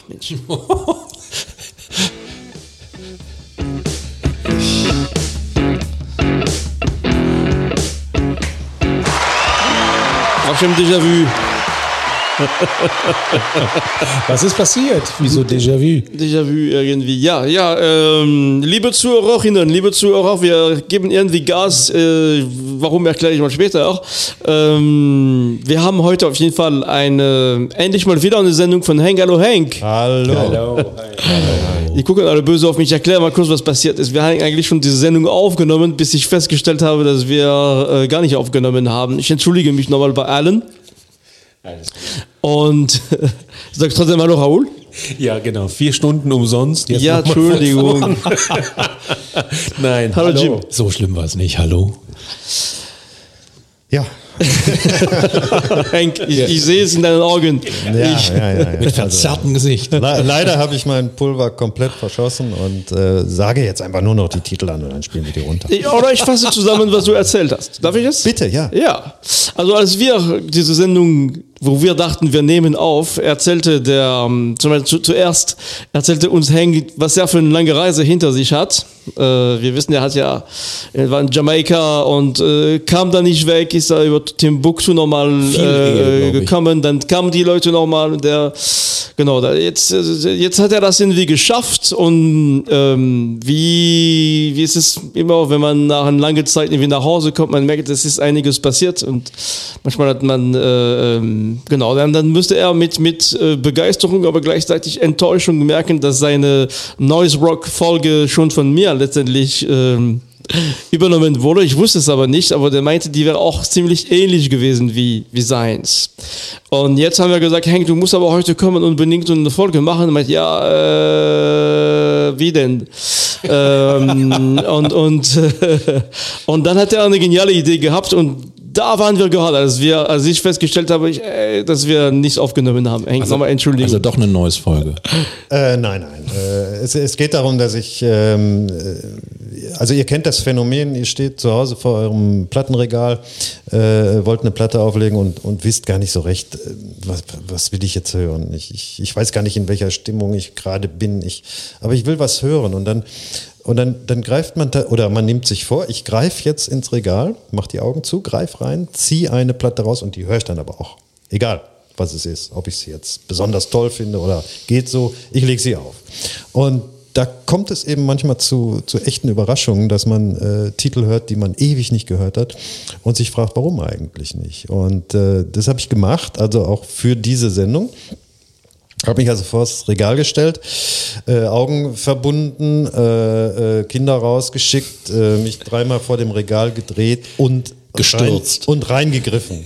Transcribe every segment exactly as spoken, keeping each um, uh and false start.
Mensch. Auch schon Déjà-vu. Was ist passiert? Wieso Déjà-vu? Déjà-vu irgendwie. Ja, ja, ähm, liebe Zuhörerinnen, liebe Zuhörer, wir geben irgendwie Gas. Äh, warum erkläre ich mal später auch. Ähm, wir haben heute auf jeden Fall eine, endlich mal wieder eine Sendung von Hank. Hallo Hank. Hallo. Hallo. Die gucken alle böse auf mich. Ich erkläre mal kurz, was passiert ist. Wir haben eigentlich schon diese Sendung aufgenommen, bis ich festgestellt habe, dass wir äh, gar nicht aufgenommen haben. Ich entschuldige mich nochmal bei allen. Alles gut. Und äh, sagst trotzdem Hallo Raoul? Ja, genau. Vier Stunden umsonst. Jetzt ja, Entschuldigung. Nein, hallo, hallo Jim. So schlimm war es nicht. Hallo. Ja. Hank, ich, ja. ich sehe es in deinen Augen. Ja, ich, ja, ja, ja. Mit verzerrtem also, Gesicht. Le- leider habe ich mein Pulver komplett verschossen und äh, sage jetzt einfach nur noch die Titel an und dann spielen wir die runter. Ich, oder ich fasse zusammen, was du erzählt hast. Darf ich das? Bitte, ja. Ja. Also als wir diese Sendung, wo wir dachten, wir nehmen auf, erzählte der, zum Beispiel zu, zuerst erzählte uns Hank, was er für eine lange Reise hinter sich hat. Äh, wir wissen, er hat ja, er war in Jamaika und äh, kam da nicht weg, ist da über Timbuktu nochmal äh, gekommen, dann kamen die Leute nochmal und der, genau, da, jetzt, jetzt hat er das irgendwie geschafft und ähm, wie, wie ist es immer, wenn man nach einer langen Zeit irgendwie nach Hause kommt, man merkt, es ist einiges passiert und manchmal hat man, äh, ähm, genau, dann, dann müsste er mit, mit äh, Begeisterung, aber gleichzeitig Enttäuschung merken, dass seine Noise Rock Folge schon von mir letztendlich ähm, übernommen wurde. Ich wusste es aber nicht, aber der meinte, die wäre auch ziemlich ähnlich gewesen wie, wie seins. Und jetzt haben wir gesagt, Hank, du musst aber heute kommen und unbedingt eine Folge machen. Und meinte, ja, äh, wie denn? ähm, und, und, äh, und dann hat er eine geniale Idee gehabt und da waren wir gerade, als wir, als ich festgestellt habe, ich, äh, dass wir nichts aufgenommen haben. Hank, also, nochmal Entschuldigung. Also doch eine neues Folge. Äh, nein, nein. Äh, es, es geht darum, dass ich, ähm, also ihr kennt das Phänomen, ihr steht zu Hause vor eurem Plattenregal, äh, wollt eine Platte auflegen und, und wisst gar nicht so recht, was, was will ich jetzt hören. Ich, ich, ich weiß gar nicht, in welcher Stimmung ich gerade bin. Ich, aber ich will was hören und dann Und dann, dann greift man, da, oder man nimmt sich vor, ich greife jetzt ins Regal, mach die Augen zu, greif rein, ziehe eine Platte raus und die höre ich dann aber auch. Egal, was es ist, ob ich sie jetzt besonders toll finde oder geht so, ich lege sie auf. Und da kommt es eben manchmal zu, zu echten Überraschungen, dass man äh, Titel hört, die man ewig nicht gehört hat und sich fragt, warum eigentlich nicht. Und äh, das habe ich gemacht, also auch für diese Sendung. Habe mich also vor das Regal gestellt, äh, Augen verbunden, äh, äh, Kinder rausgeschickt, äh, mich dreimal vor dem Regal gedreht und gestürzt rein, und reingegriffen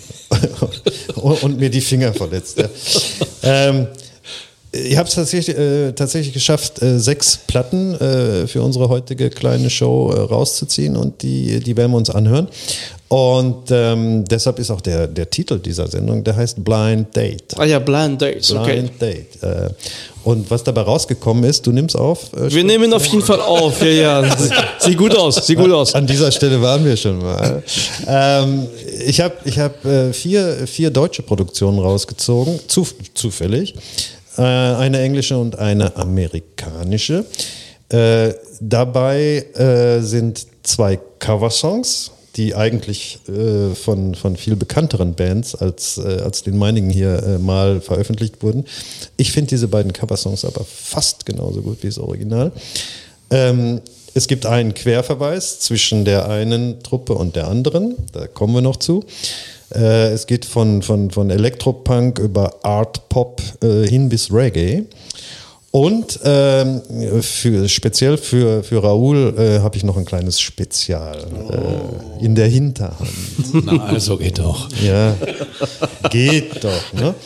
und, und mir die Finger verletzt. Ja. ähm, ich habe es tatsächlich, äh, tatsächlich geschafft, äh, sechs Platten äh, für unsere heutige kleine Show äh, rauszuziehen und die, die werden wir uns anhören. Und ähm, deshalb ist auch der, der Titel dieser Sendung, der heißt Blind Date. Ah ja, Blind Dates, okay. Blind Date. Äh, und was dabei rausgekommen ist, du nimmst auf. Äh, wir nehmen auf jeden Fall auf, ja, ja. Sieht gut aus, sieht gut aus. An dieser Stelle waren wir schon mal. ähm, ich habe ich hab, äh, vier, vier deutsche Produktionen rausgezogen, zu, zufällig. Äh, eine englische und eine amerikanische. Äh, dabei äh, sind zwei Coversongs, die eigentlich äh, von, von viel bekannteren Bands als, äh, als den meinigen hier äh, mal veröffentlicht wurden. Ich finde diese beiden Coversongs aber fast genauso gut wie das Original. Ähm, es gibt einen Querverweis zwischen der einen Truppe und der anderen, da kommen wir noch zu. Äh, es geht von, von, von Elektropunk über Art Pop äh, hin bis Reggae. Und ähm, für, speziell für, für Raoul äh, habe ich noch ein kleines Spezial äh, in der Hinterhand. Na, also geht doch. Ja, geht doch. Ne?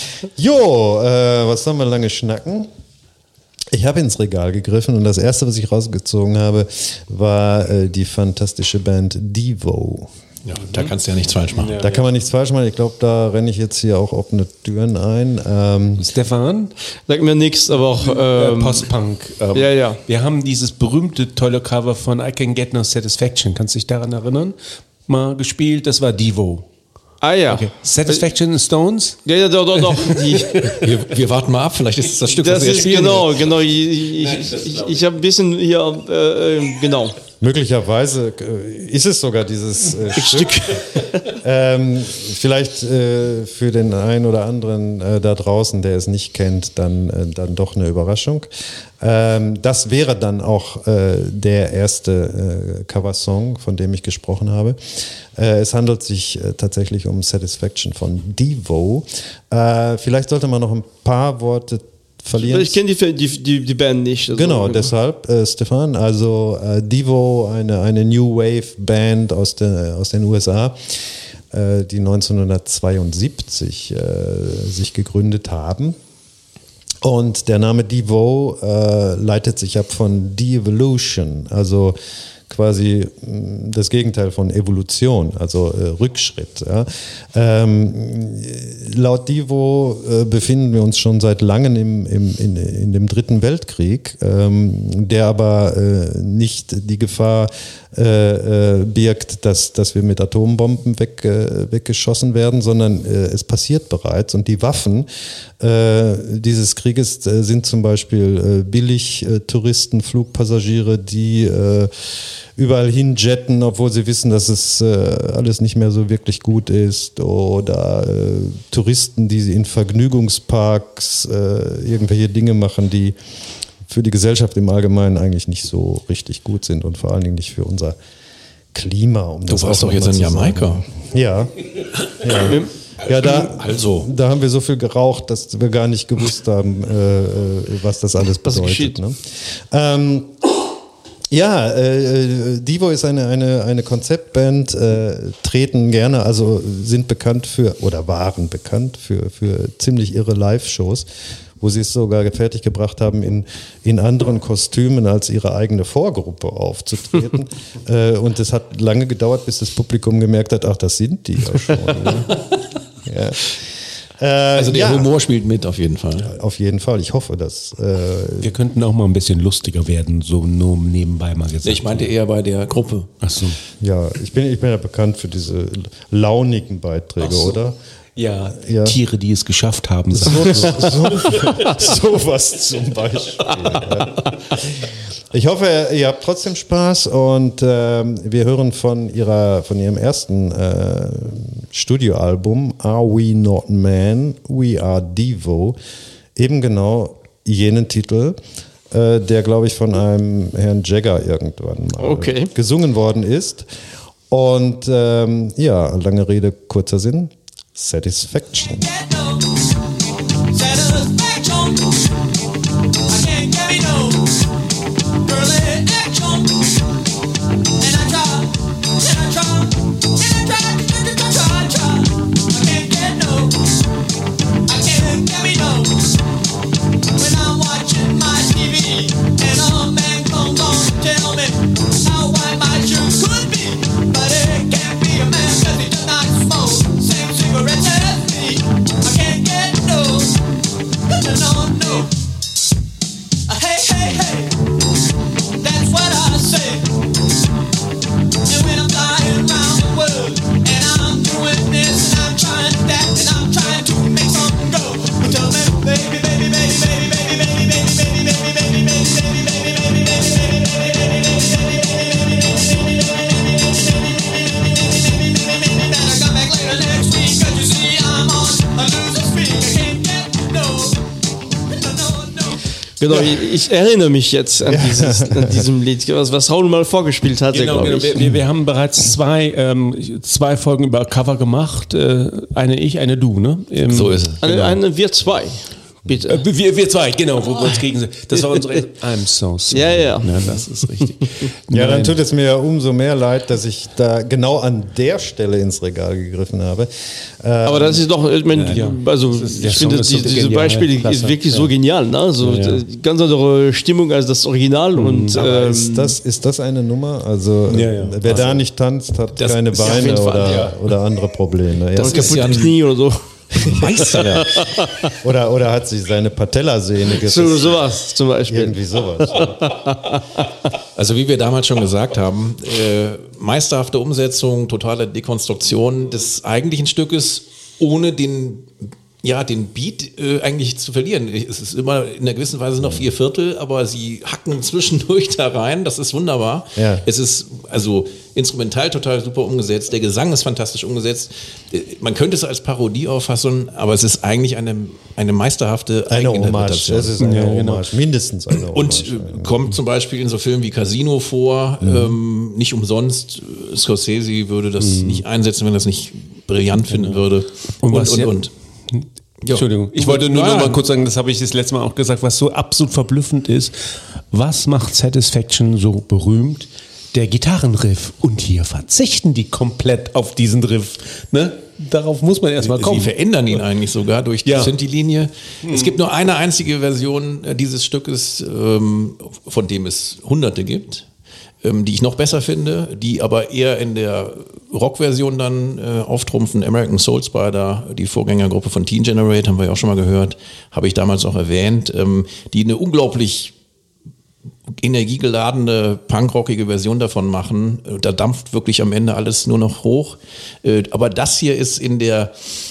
Jo, äh, was sollen wir lange schnacken? Ich habe ins Regal gegriffen und das erste, was ich rausgezogen habe, war äh, die fantastische Band Devo. Ja, da kannst du ja nichts falsch machen. Da kann man nichts falsch machen. Ich glaube, da renne ich jetzt hier auch offene Türen ein. Ähm Stefan? Sag mir nichts, aber auch ähm, äh, Post-Punk. Ähm, ja, ja. Wir haben dieses berühmte, tolle Cover von I Can Get No Satisfaction. Kannst du dich daran erinnern? Mal gespielt, das war Devo. Ah ja. Okay. Satisfaction Stones? Ja, ja, doch, doch, doch. Die, Wir, wir warten mal ab, vielleicht ist es das Stück, das was wir jetzt ist spielen. genau, genau. Ich, ich, ich, ich, ich habe ein bisschen hier, äh, genau. Möglicherweise äh, ist es sogar dieses äh, Stück. ähm, vielleicht äh, für den einen oder anderen äh, da draußen, der es nicht kennt, dann, äh, dann doch eine Überraschung. Ähm, das wäre dann auch äh, der erste äh, Coversong, von dem ich gesprochen habe. Äh, es handelt sich äh, tatsächlich um Satisfaction von Devo. Äh, vielleicht sollte man noch ein paar Worte verlieren. Ich kenne die, die, die, die Band nicht. Also Genau, deshalb, äh, Stefan, also äh, Devo, eine, eine New Wave Band aus, der, aus den U S A, äh, die neunzehnhundertzweiundsiebzig äh, sich gegründet haben. Und der Name Devo äh, leitet sich ab von De-Evolution, also quasi mh, das Gegenteil von Evolution, also äh, Rückschritt. Ja. Ähm, laut Devo äh, befinden wir uns schon seit langem im, im, in, in dem Dritten Weltkrieg, ähm, der aber äh, nicht die Gefahr äh, äh, birgt, dass, dass wir mit Atombomben weg, äh, weggeschossen werden, sondern äh, es passiert bereits und die Waffen äh, dieses Krieges äh, sind zum Beispiel äh, Billig-Touristen, äh, Flugpassagiere, die äh, überall hinjetten, obwohl sie wissen, dass es äh, alles nicht mehr so wirklich gut ist, oder äh, Touristen, die in Vergnügungsparks äh, irgendwelche Dinge machen, die für die Gesellschaft im Allgemeinen eigentlich nicht so richtig gut sind und vor allen Dingen nicht für unser Klima. Um Du warst doch jetzt in Jamaika. Ja. ja. Ja, da, Also. da haben wir so viel geraucht, dass wir gar nicht gewusst haben, äh, was das alles bedeutet. Ne? Ähm, ja, äh, Devo ist eine, eine, eine Konzeptband, äh, treten gerne, also sind bekannt für, oder waren bekannt für, für ziemlich irre Live-Shows, wo sie es sogar fertiggebracht haben, in, in anderen Kostümen als ihre eigene Vorgruppe aufzutreten. äh, und es hat lange gedauert, bis das Publikum gemerkt hat, ach, das sind die ja schon. Ne? Ja. Äh, Also der ja, Humor spielt mit auf jeden Fall. auf jeden Fall. Ich hoffe, dass äh, Wir könnten auch mal ein bisschen lustiger werden, so nur nebenbei mal gesagt. Ich meinte eher bei der Gruppe. Ach so. ja, ich bin, ich bin ja bekannt für diese launigen Beiträge, so. oder? Ja, Ja. Tiere, die es geschafft haben. So, so, so, sowas zum Beispiel. Ja. Ich hoffe, ihr habt trotzdem Spaß und ähm, wir hören von ihrer, von ihrem ersten äh, Studioalbum Are We Not Men? We Are Devo, eben genau jenen Titel, äh, der, glaube ich, von einem Herrn Jagger irgendwann mal Okay. gesungen worden ist. Und ähm, ja, lange Rede, kurzer Sinn. Satisfaction. Genau, ich, ich erinnere mich jetzt an, dieses, an diesem Lied, was, was Raul mal vorgespielt hatte, Genau, glaube genau. ich. Wir, wir, wir haben bereits zwei, ähm, zwei Folgen über Cover gemacht. Äh, eine ich, eine du, ne? Im, So ist es. Eine, eine, wir zwei, bitte. Äh, wir, wir zwei, genau, wo wir uns gegen sind. Das war unsere. I'm so sorry. Ja, ja. Ja, das ist richtig. Ja, dann Nein. tut es mir ja umso mehr leid, dass ich da genau an der Stelle ins Regal gegriffen habe. Äh, Aber das ist doch, ich meine, Ja. also Das ist- der ich finde, Song ist so die, diese genial, Beispiele klasse. ist wirklich Ja. so genial, ne? Also Ja, ja. d- ganz andere Stimmung als das Original und aber ähm, ist, das, ist das eine Nummer? Also Ja, ja. wer da nicht tanzt, hat Das keine ist auf Beine jeden Fall, oder, ja. oder andere Probleme. Ja. Das ist kaputte ja ein- Knie oder so. Meisterwerk. Oder, oder hat sich seine Patellasehne So, gerissen? sowas zum Beispiel. Irgendwie sowas. Also wie wir damals schon gesagt haben, äh, meisterhafte Umsetzung, totale Dekonstruktion des eigentlichen Stückes, ohne den, ja, den Beat äh, eigentlich zu verlieren. Es ist immer in einer gewissen Weise noch vier Viertel, aber sie hacken zwischendurch da rein, das ist wunderbar. Ja. Es ist also instrumental total super umgesetzt, der Gesang ist fantastisch umgesetzt. Äh, Man könnte es als Parodie auffassen, aber es ist eigentlich eine, eine meisterhafte Eine Hommage. Eigeninterpretation. Das ist eine Ja, genau. Hommage. Mindestens eine Hommage. Und äh, kommt zum Beispiel in so Filmen wie Casino vor, Mhm. ähm, nicht umsonst. Äh, Scorsese würde das Mhm. nicht einsetzen, wenn er es nicht brillant finden würde. Und Und, was und, ja- und. Ja. Entschuldigung, ich wollte nur Nein. noch mal kurz sagen, das habe ich das letzte Mal auch gesagt, was so absolut verblüffend ist. Was macht Satisfaction so berühmt? Der Gitarrenriff. Und hier verzichten die komplett auf diesen Riff. Ne? Darauf muss man erstmal Sie kommen. verändern ihn eigentlich sogar durch die Ja. Sinti-Linie. Es gibt nur eine einzige Version äh, dieses Stückes, ähm, von dem es hunderte gibt, ähm, die ich noch besser finde, die aber eher in der Rock-Version dann äh, auftrumpfen. American Soul Spider, die Vorgängergruppe von Teen Generate, haben wir ja auch schon mal gehört, habe ich damals auch erwähnt, ähm, die eine unglaublich energiegeladene, punkrockige Version davon machen. Da dampft wirklich am Ende alles nur noch hoch. Äh, Aber das hier ist in der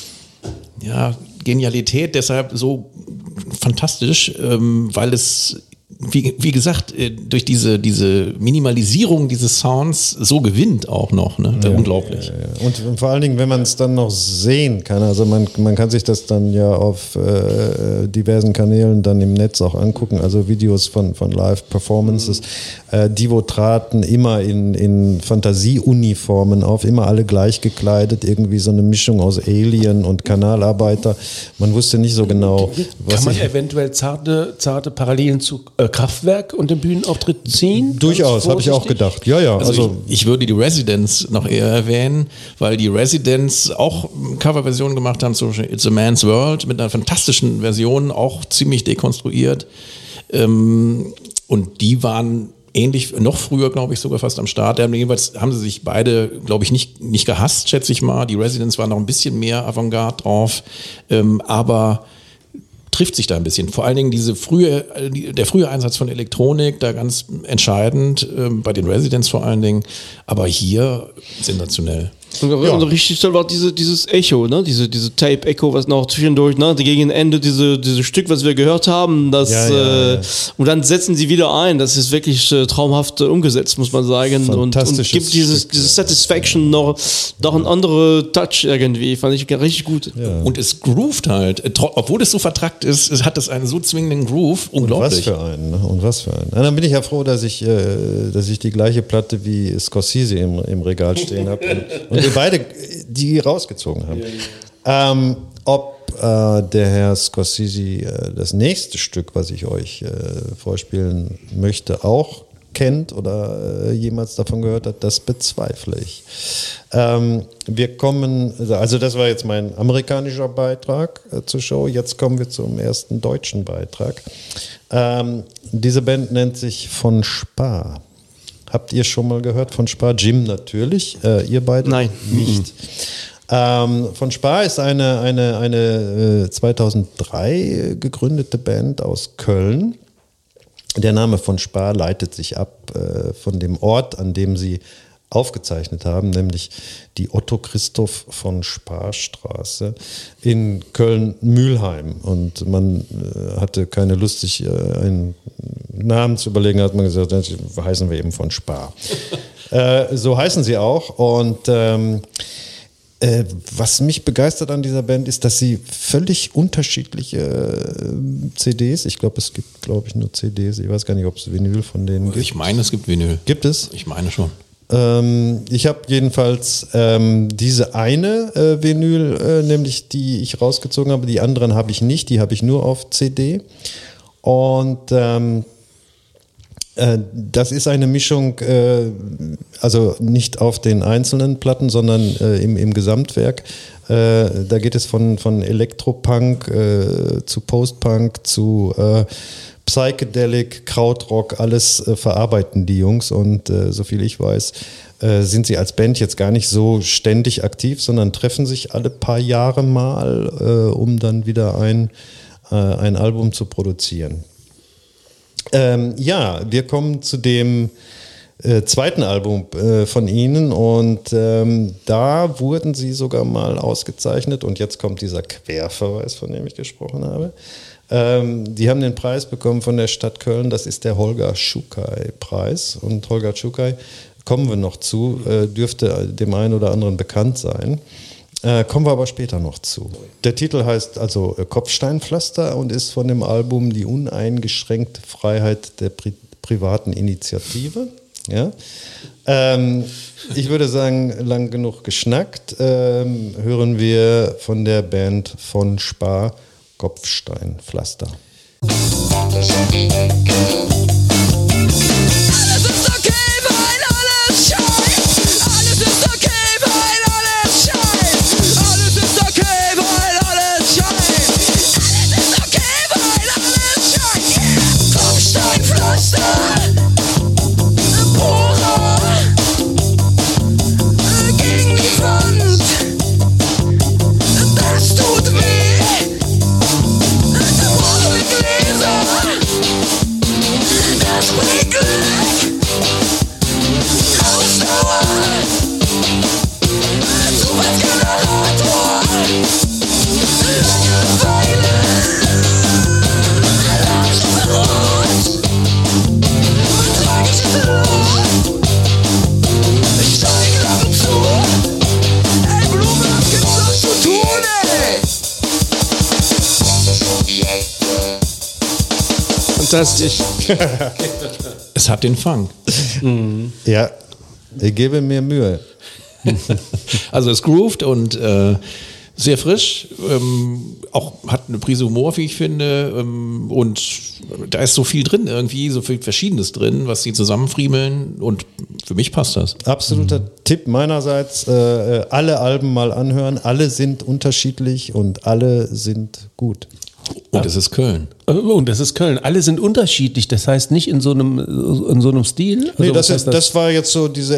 ja, Genialität deshalb so fantastisch, ähm, weil es, wie, wie gesagt, äh, durch diese, diese Minimalisierung dieses Sounds so gewinnt auch noch. Ne? Unglaublich. Ja, und, und vor allen Dingen, wenn man es dann noch sehen kann, also man, man kann sich das dann ja auf äh, diversen Kanälen dann im Netz auch angucken, also Videos von, von Live-Performances. Mhm. Äh, Divo traten immer in, in Fantasieuniformen auf, immer alle gleich gekleidet, irgendwie so eine Mischung aus Alien und Kanalarbeiter. Man wusste nicht so genau, was Kann man ich, eventuell zarte, zarte Parallelen zu äh, Kraftwerk und dem Bühnenauftritt ziehen? durchaus, Ganz habe ich auch vorsichtig? gedacht. Ja, ja, Also, also ich, ich würde die Residents noch eher erwähnen, weil die Residents auch Coverversionen gemacht haben, zum Beispiel It's a Man's World, mit einer fantastischen Version, auch ziemlich dekonstruiert. Ähm, und die waren ähnlich, noch früher, glaube ich, sogar fast am Start. Ja, jedenfalls haben sie sich beide, glaube ich, nicht, nicht gehasst, schätze ich mal. Die Residents waren noch ein bisschen mehr Avantgarde drauf, ähm, aber trifft sich da ein bisschen. Vor allen Dingen diese frühe, der frühe Einsatz von Elektronik, da ganz entscheidend, ähm, bei den Residents vor allen Dingen, aber hier sensationell. Und, Ja. und richtig toll war diese, dieses Echo, ne? diese, diese Tape-Echo, was noch zwischendurch, ne? gegen Ende diese, dieses Stück, was wir gehört haben, das, Ja, ja, äh, ja. und dann setzen sie wieder ein. Das ist wirklich äh, traumhaft äh, umgesetzt, muss man sagen. Und, und Fantastisches gibt dieses, Stück, dieses ja. Satisfaction noch, noch einen anderen Touch irgendwie. Fand ich richtig gut. Und es groovt halt, äh, tro- obwohl es so vertrackt ist, es hat es einen so zwingenden Groove, Und was unglaublich. für einen, ne? Und was für einen. Na, dann bin ich ja froh, dass ich, äh, dass ich die gleiche Platte wie Scorsese im, im Regal stehen habe und, und wir beide die rausgezogen haben. Ähm, ob äh, der Herr Scorsese äh, das nächste Stück, was ich euch äh, vorspielen möchte, auch kennt oder äh, jemals davon gehört hat, das bezweifle ich. Ähm, wir kommen, also das war jetzt mein amerikanischer Beitrag äh, zur Show, jetzt kommen wir zum ersten deutschen Beitrag. Ähm, diese Band nennt sich Von Spa. Habt ihr schon mal gehört von Spa? Jim natürlich, äh, ihr beide Nein. nicht. Ähm, von Spa ist eine, eine, eine äh, zweitausenddrei gegründete Band aus Köln. Der Name von Spa leitet sich ab äh, von dem Ort, an dem sie aufgezeichnet haben, nämlich die Otto-Christoph von Spa-Straße in Köln-Mühlheim. Und man äh, hatte keine Lust, sich äh, einen Namen zu überlegen, hat man gesagt, dann heißen wir eben von Spa. äh, so heißen sie auch. Und ähm, äh, was mich begeistert an dieser Band ist, dass sie völlig unterschiedliche äh, C Ds, ich glaube, es gibt, glaube ich, nur C Ds, ich weiß gar nicht, ob es Vinyl von denen gibt. Ich meine, es gibt Vinyl. Gibt es? Ich meine schon. Ähm, ich habe jedenfalls ähm, diese eine äh, Vinyl, äh, nämlich die ich rausgezogen habe, die anderen habe ich nicht, die habe ich nur auf C D. Und ähm, äh, das ist eine Mischung, äh, also nicht auf den einzelnen Platten, sondern äh, im, im Gesamtwerk. Äh, da geht es von, von Elektropunk äh, zu Postpunk zu äh, Psychedelic, Krautrock, alles äh, verarbeiten die Jungs und äh, soviel ich weiß, äh, sind sie als Band jetzt gar nicht so ständig aktiv, sondern treffen sich alle paar Jahre mal, äh, um dann wieder ein, äh, ein Album zu produzieren. Ähm, ja, wir kommen zu dem äh, zweiten Album äh, von ihnen und ähm, da wurden sie sogar mal ausgezeichnet und jetzt kommt dieser Querverweis, von dem ich gesprochen habe. Ähm, die haben den Preis bekommen von der Stadt Köln, das ist der Holger Schukai-Preis und Holger Schukai, kommen wir noch zu, äh, dürfte dem einen oder anderen bekannt sein. Äh, kommen wir aber später noch zu. Der Titel heißt also äh, Kopfsteinpflaster und ist von dem Album Die uneingeschränkte Freiheit der Pri- privaten Initiative. Ja? Ähm, ich würde sagen, lang genug geschnackt. Ähm, hören wir von der Band von Spar Kopfsteinpflaster. Fantastisch. Es hat den Fang. Mhm. Ja, ich gebe mir Mühe. Also es groovt und äh, sehr frisch, ähm, auch hat eine Prise Humor, wie ich finde, ähm, und da ist so viel drin irgendwie, so viel Verschiedenes drin, was sie zusammenfriemeln und für mich passt das. Absoluter mhm. Tipp meinerseits, äh, alle Alben mal anhören, alle sind unterschiedlich und alle sind gut. Und es ist Köln. Und das ist Köln. Alle sind unterschiedlich. Das heißt nicht in so einem, in so einem Stil. Also nee, das, ist, das? das war jetzt so diese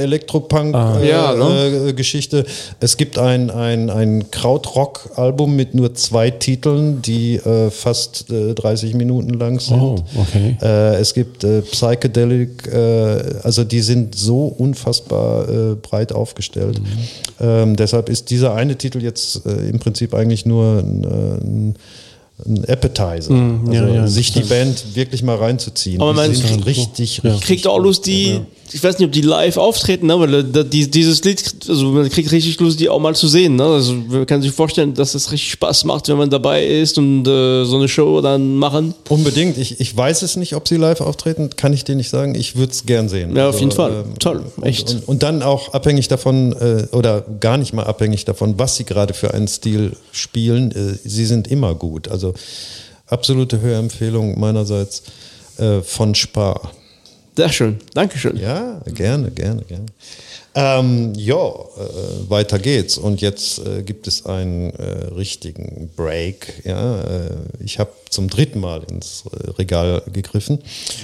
Elektropunk-Geschichte. Ah. Ja, ne? äh, es gibt ein, ein, ein Krautrock-Album mit nur zwei Titeln, die äh, fast äh, dreißig Minuten lang sind. Oh, okay. Äh, es gibt äh, Psychedelic, äh, also die sind so unfassbar äh, breit aufgestellt. Mhm. Ähm, deshalb ist dieser eine Titel jetzt äh, im Prinzip eigentlich nur ein, ein ein Appetizer, mm, ja, also ja, sich die Band wirklich mal reinzuziehen. Aber man sind so, richtig, ja. richtig. Kriegt auch Lust, die, ja. ich weiß nicht, ob die live auftreten, ne? Weil die, dieses Lied, also man kriegt richtig Lust, die auch mal zu sehen. Ne? Also man kann sich vorstellen, dass es richtig Spaß macht, wenn man dabei ist und äh, so eine Show dann machen. Unbedingt. Ich, ich weiß es nicht, ob sie live auftreten, kann ich dir nicht sagen. Ich würde es gern sehen. Ja, also, auf jeden Fall. Ähm, Toll, echt. Und, und, und dann auch abhängig davon, äh, oder gar nicht mal abhängig davon, was sie gerade für einen Stil spielen. Äh, sie sind immer gut. Also absolute Hörempfehlung meinerseits äh, von Spar. Sehr schön, Dankeschön. Ja, gerne, gerne, gerne. Ähm, ja, äh, weiter geht's. Und jetzt äh, gibt es einen äh, richtigen Break. Ja, äh, ich habe zum dritten Mal ins äh, Regal gegriffen.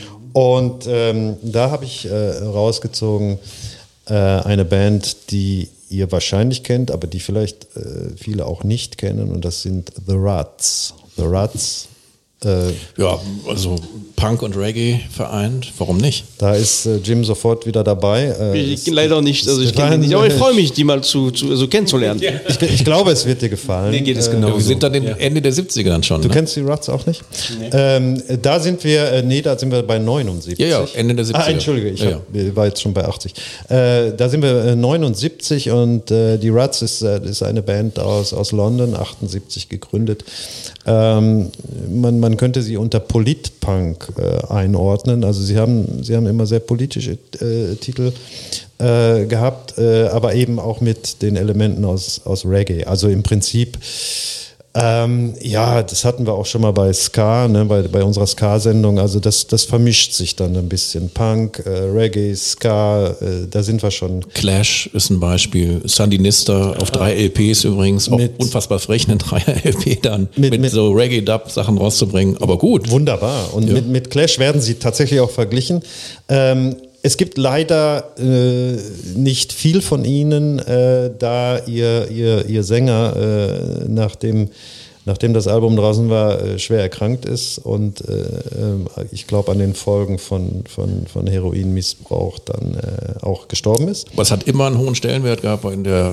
Und ähm, da habe ich äh, rausgezogen äh, eine Band, die ihr wahrscheinlich kennt, aber die vielleicht äh, viele auch nicht kennen. Und das sind The Ruts. The Ruts. Äh, ja, also Punk und Reggae vereint, warum nicht? Da ist äh, Jim sofort wieder dabei. Äh, ich leider nicht, also ich kenne die nicht, aber ich freue mich, die mal zu, zu also kennenzulernen. Ich, ich glaube, es wird dir gefallen. Mir geht es genau. Äh, wir sind dann ja. Ende der siebziger dann schon. Du ne? kennst die Ruts auch nicht? Nee. Ähm, da sind wir, äh, nee, da sind wir bei neunundsiebzig. Ja, ja, Ende der siebziger. Ah, Entschuldige, ich ja, hab, ja. war jetzt schon bei achtzig. Äh, da sind wir äh, neunundsiebzig und äh, die Ruts ist, äh, ist eine Band aus, aus London, achtundsiebzig gegründet. Ähm, man, man könnte sie unter Politpunk äh, einordnen. Also sie haben, sie haben immer sehr politische äh, Titel äh, gehabt, äh, aber eben auch mit den Elementen aus, aus Reggae. Also im Prinzip Ähm, ja, das hatten wir auch schon mal bei Ska, ne, bei, bei unserer Ska-Sendung. Also das, das vermischt sich dann ein bisschen. Punk, äh, Reggae, Ska, äh, da sind wir schon. Clash ist ein Beispiel. Sandinista auf drei L Ps übrigens. Auch Mit- unfassbar frech, eine Dreier-L P dann Mit- mit, mit- so Reggae-Dub-Sachen rauszubringen. Aber gut. Wunderbar. Und Ja. mit, mit Clash werden sie tatsächlich auch verglichen. Ähm, es gibt leider äh, nicht viel von ihnen, äh, da ihr, ihr, ihr Sänger äh, nach dem nachdem das Album draußen war, äh, schwer erkrankt ist und äh, äh, ich glaube an den Folgen von, von, von Heroinmissbrauch dann äh, auch gestorben ist. Aber es hat immer einen hohen Stellenwert gehabt in der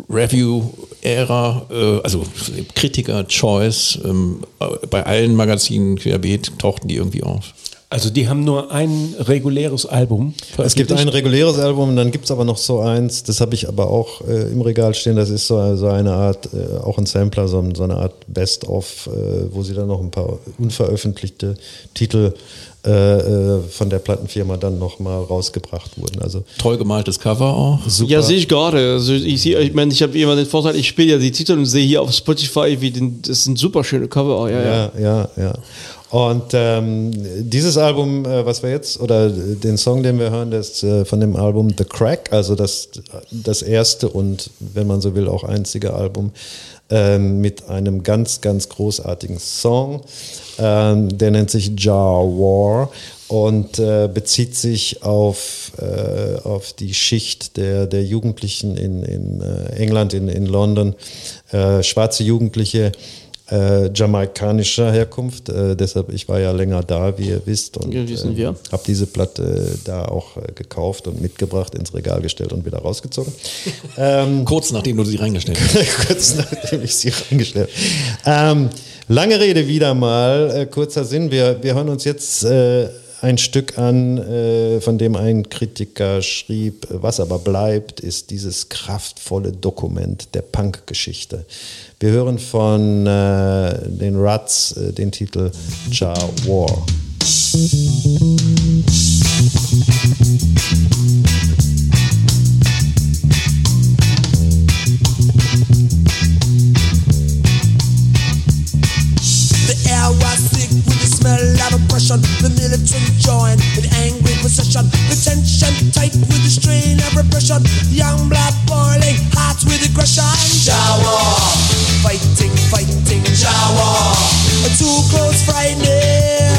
Review-Ära, äh, also Kritiker-Choice. Ähm, bei allen Magazinen querbeet tauchten die irgendwie auf. Also die haben nur ein reguläres Album Es gibt ein reguläres Album und dann gibt es aber noch so eins, das habe ich aber auch äh, im Regal stehen, das ist so, so eine Art, äh, auch ein Sampler, so, so eine Art Best-of, äh, wo sie dann noch ein paar unveröffentlichte Titel äh, äh, von der Plattenfirma dann nochmal rausgebracht wurden. Also Toll gemaltes Cover auch. super. Ja, sehe ich gerade. Also ich sehe, ich meine, ich habe immer den Vorteil, ich spiele ja die Titel und sehe hier auf Spotify, wie den, das sind super schöne Cover. Ja, ja. Ja, ja, ja. Und ähm, dieses Album, äh, was wir jetzt, oder den Song, den wir hören, das ist äh, von dem Album The Crack, also das, das erste und, wenn man so will, auch einzige Album äh, mit einem ganz, ganz großartigen Song. Ähm, der nennt sich Jar War und äh, bezieht sich auf, äh, auf die Schicht der, der Jugendlichen in, in äh, England, in, in London, äh, schwarze Jugendliche, Äh, jamaikanischer Herkunft, äh, deshalb, ich war ja länger da, wie ihr wisst, und Ja, wissen wir. äh, habe diese Platte da auch äh, gekauft und mitgebracht, ins Regal gestellt und wieder rausgezogen. ähm, Kurz nachdem du sie reingestellt hast. kurz nachdem ich sie reingestellt habe. Ähm, lange Rede wieder mal, äh, kurzer Sinn, wir, wir hören uns jetzt äh, ein Stück an, äh, von dem ein Kritiker schrieb, was aber bleibt, ist dieses kraftvolle Dokument der Punk-Geschichte. Wir hören von äh, den Ruts äh, den Titel Jar War. The air was thick with the smell of oppression. The militant joined in angry procession. The tension tight with the strain of repression. Young blood boiling, hearts with aggression. Jawa, fighting, fighting, Jawa. Too close, frightening.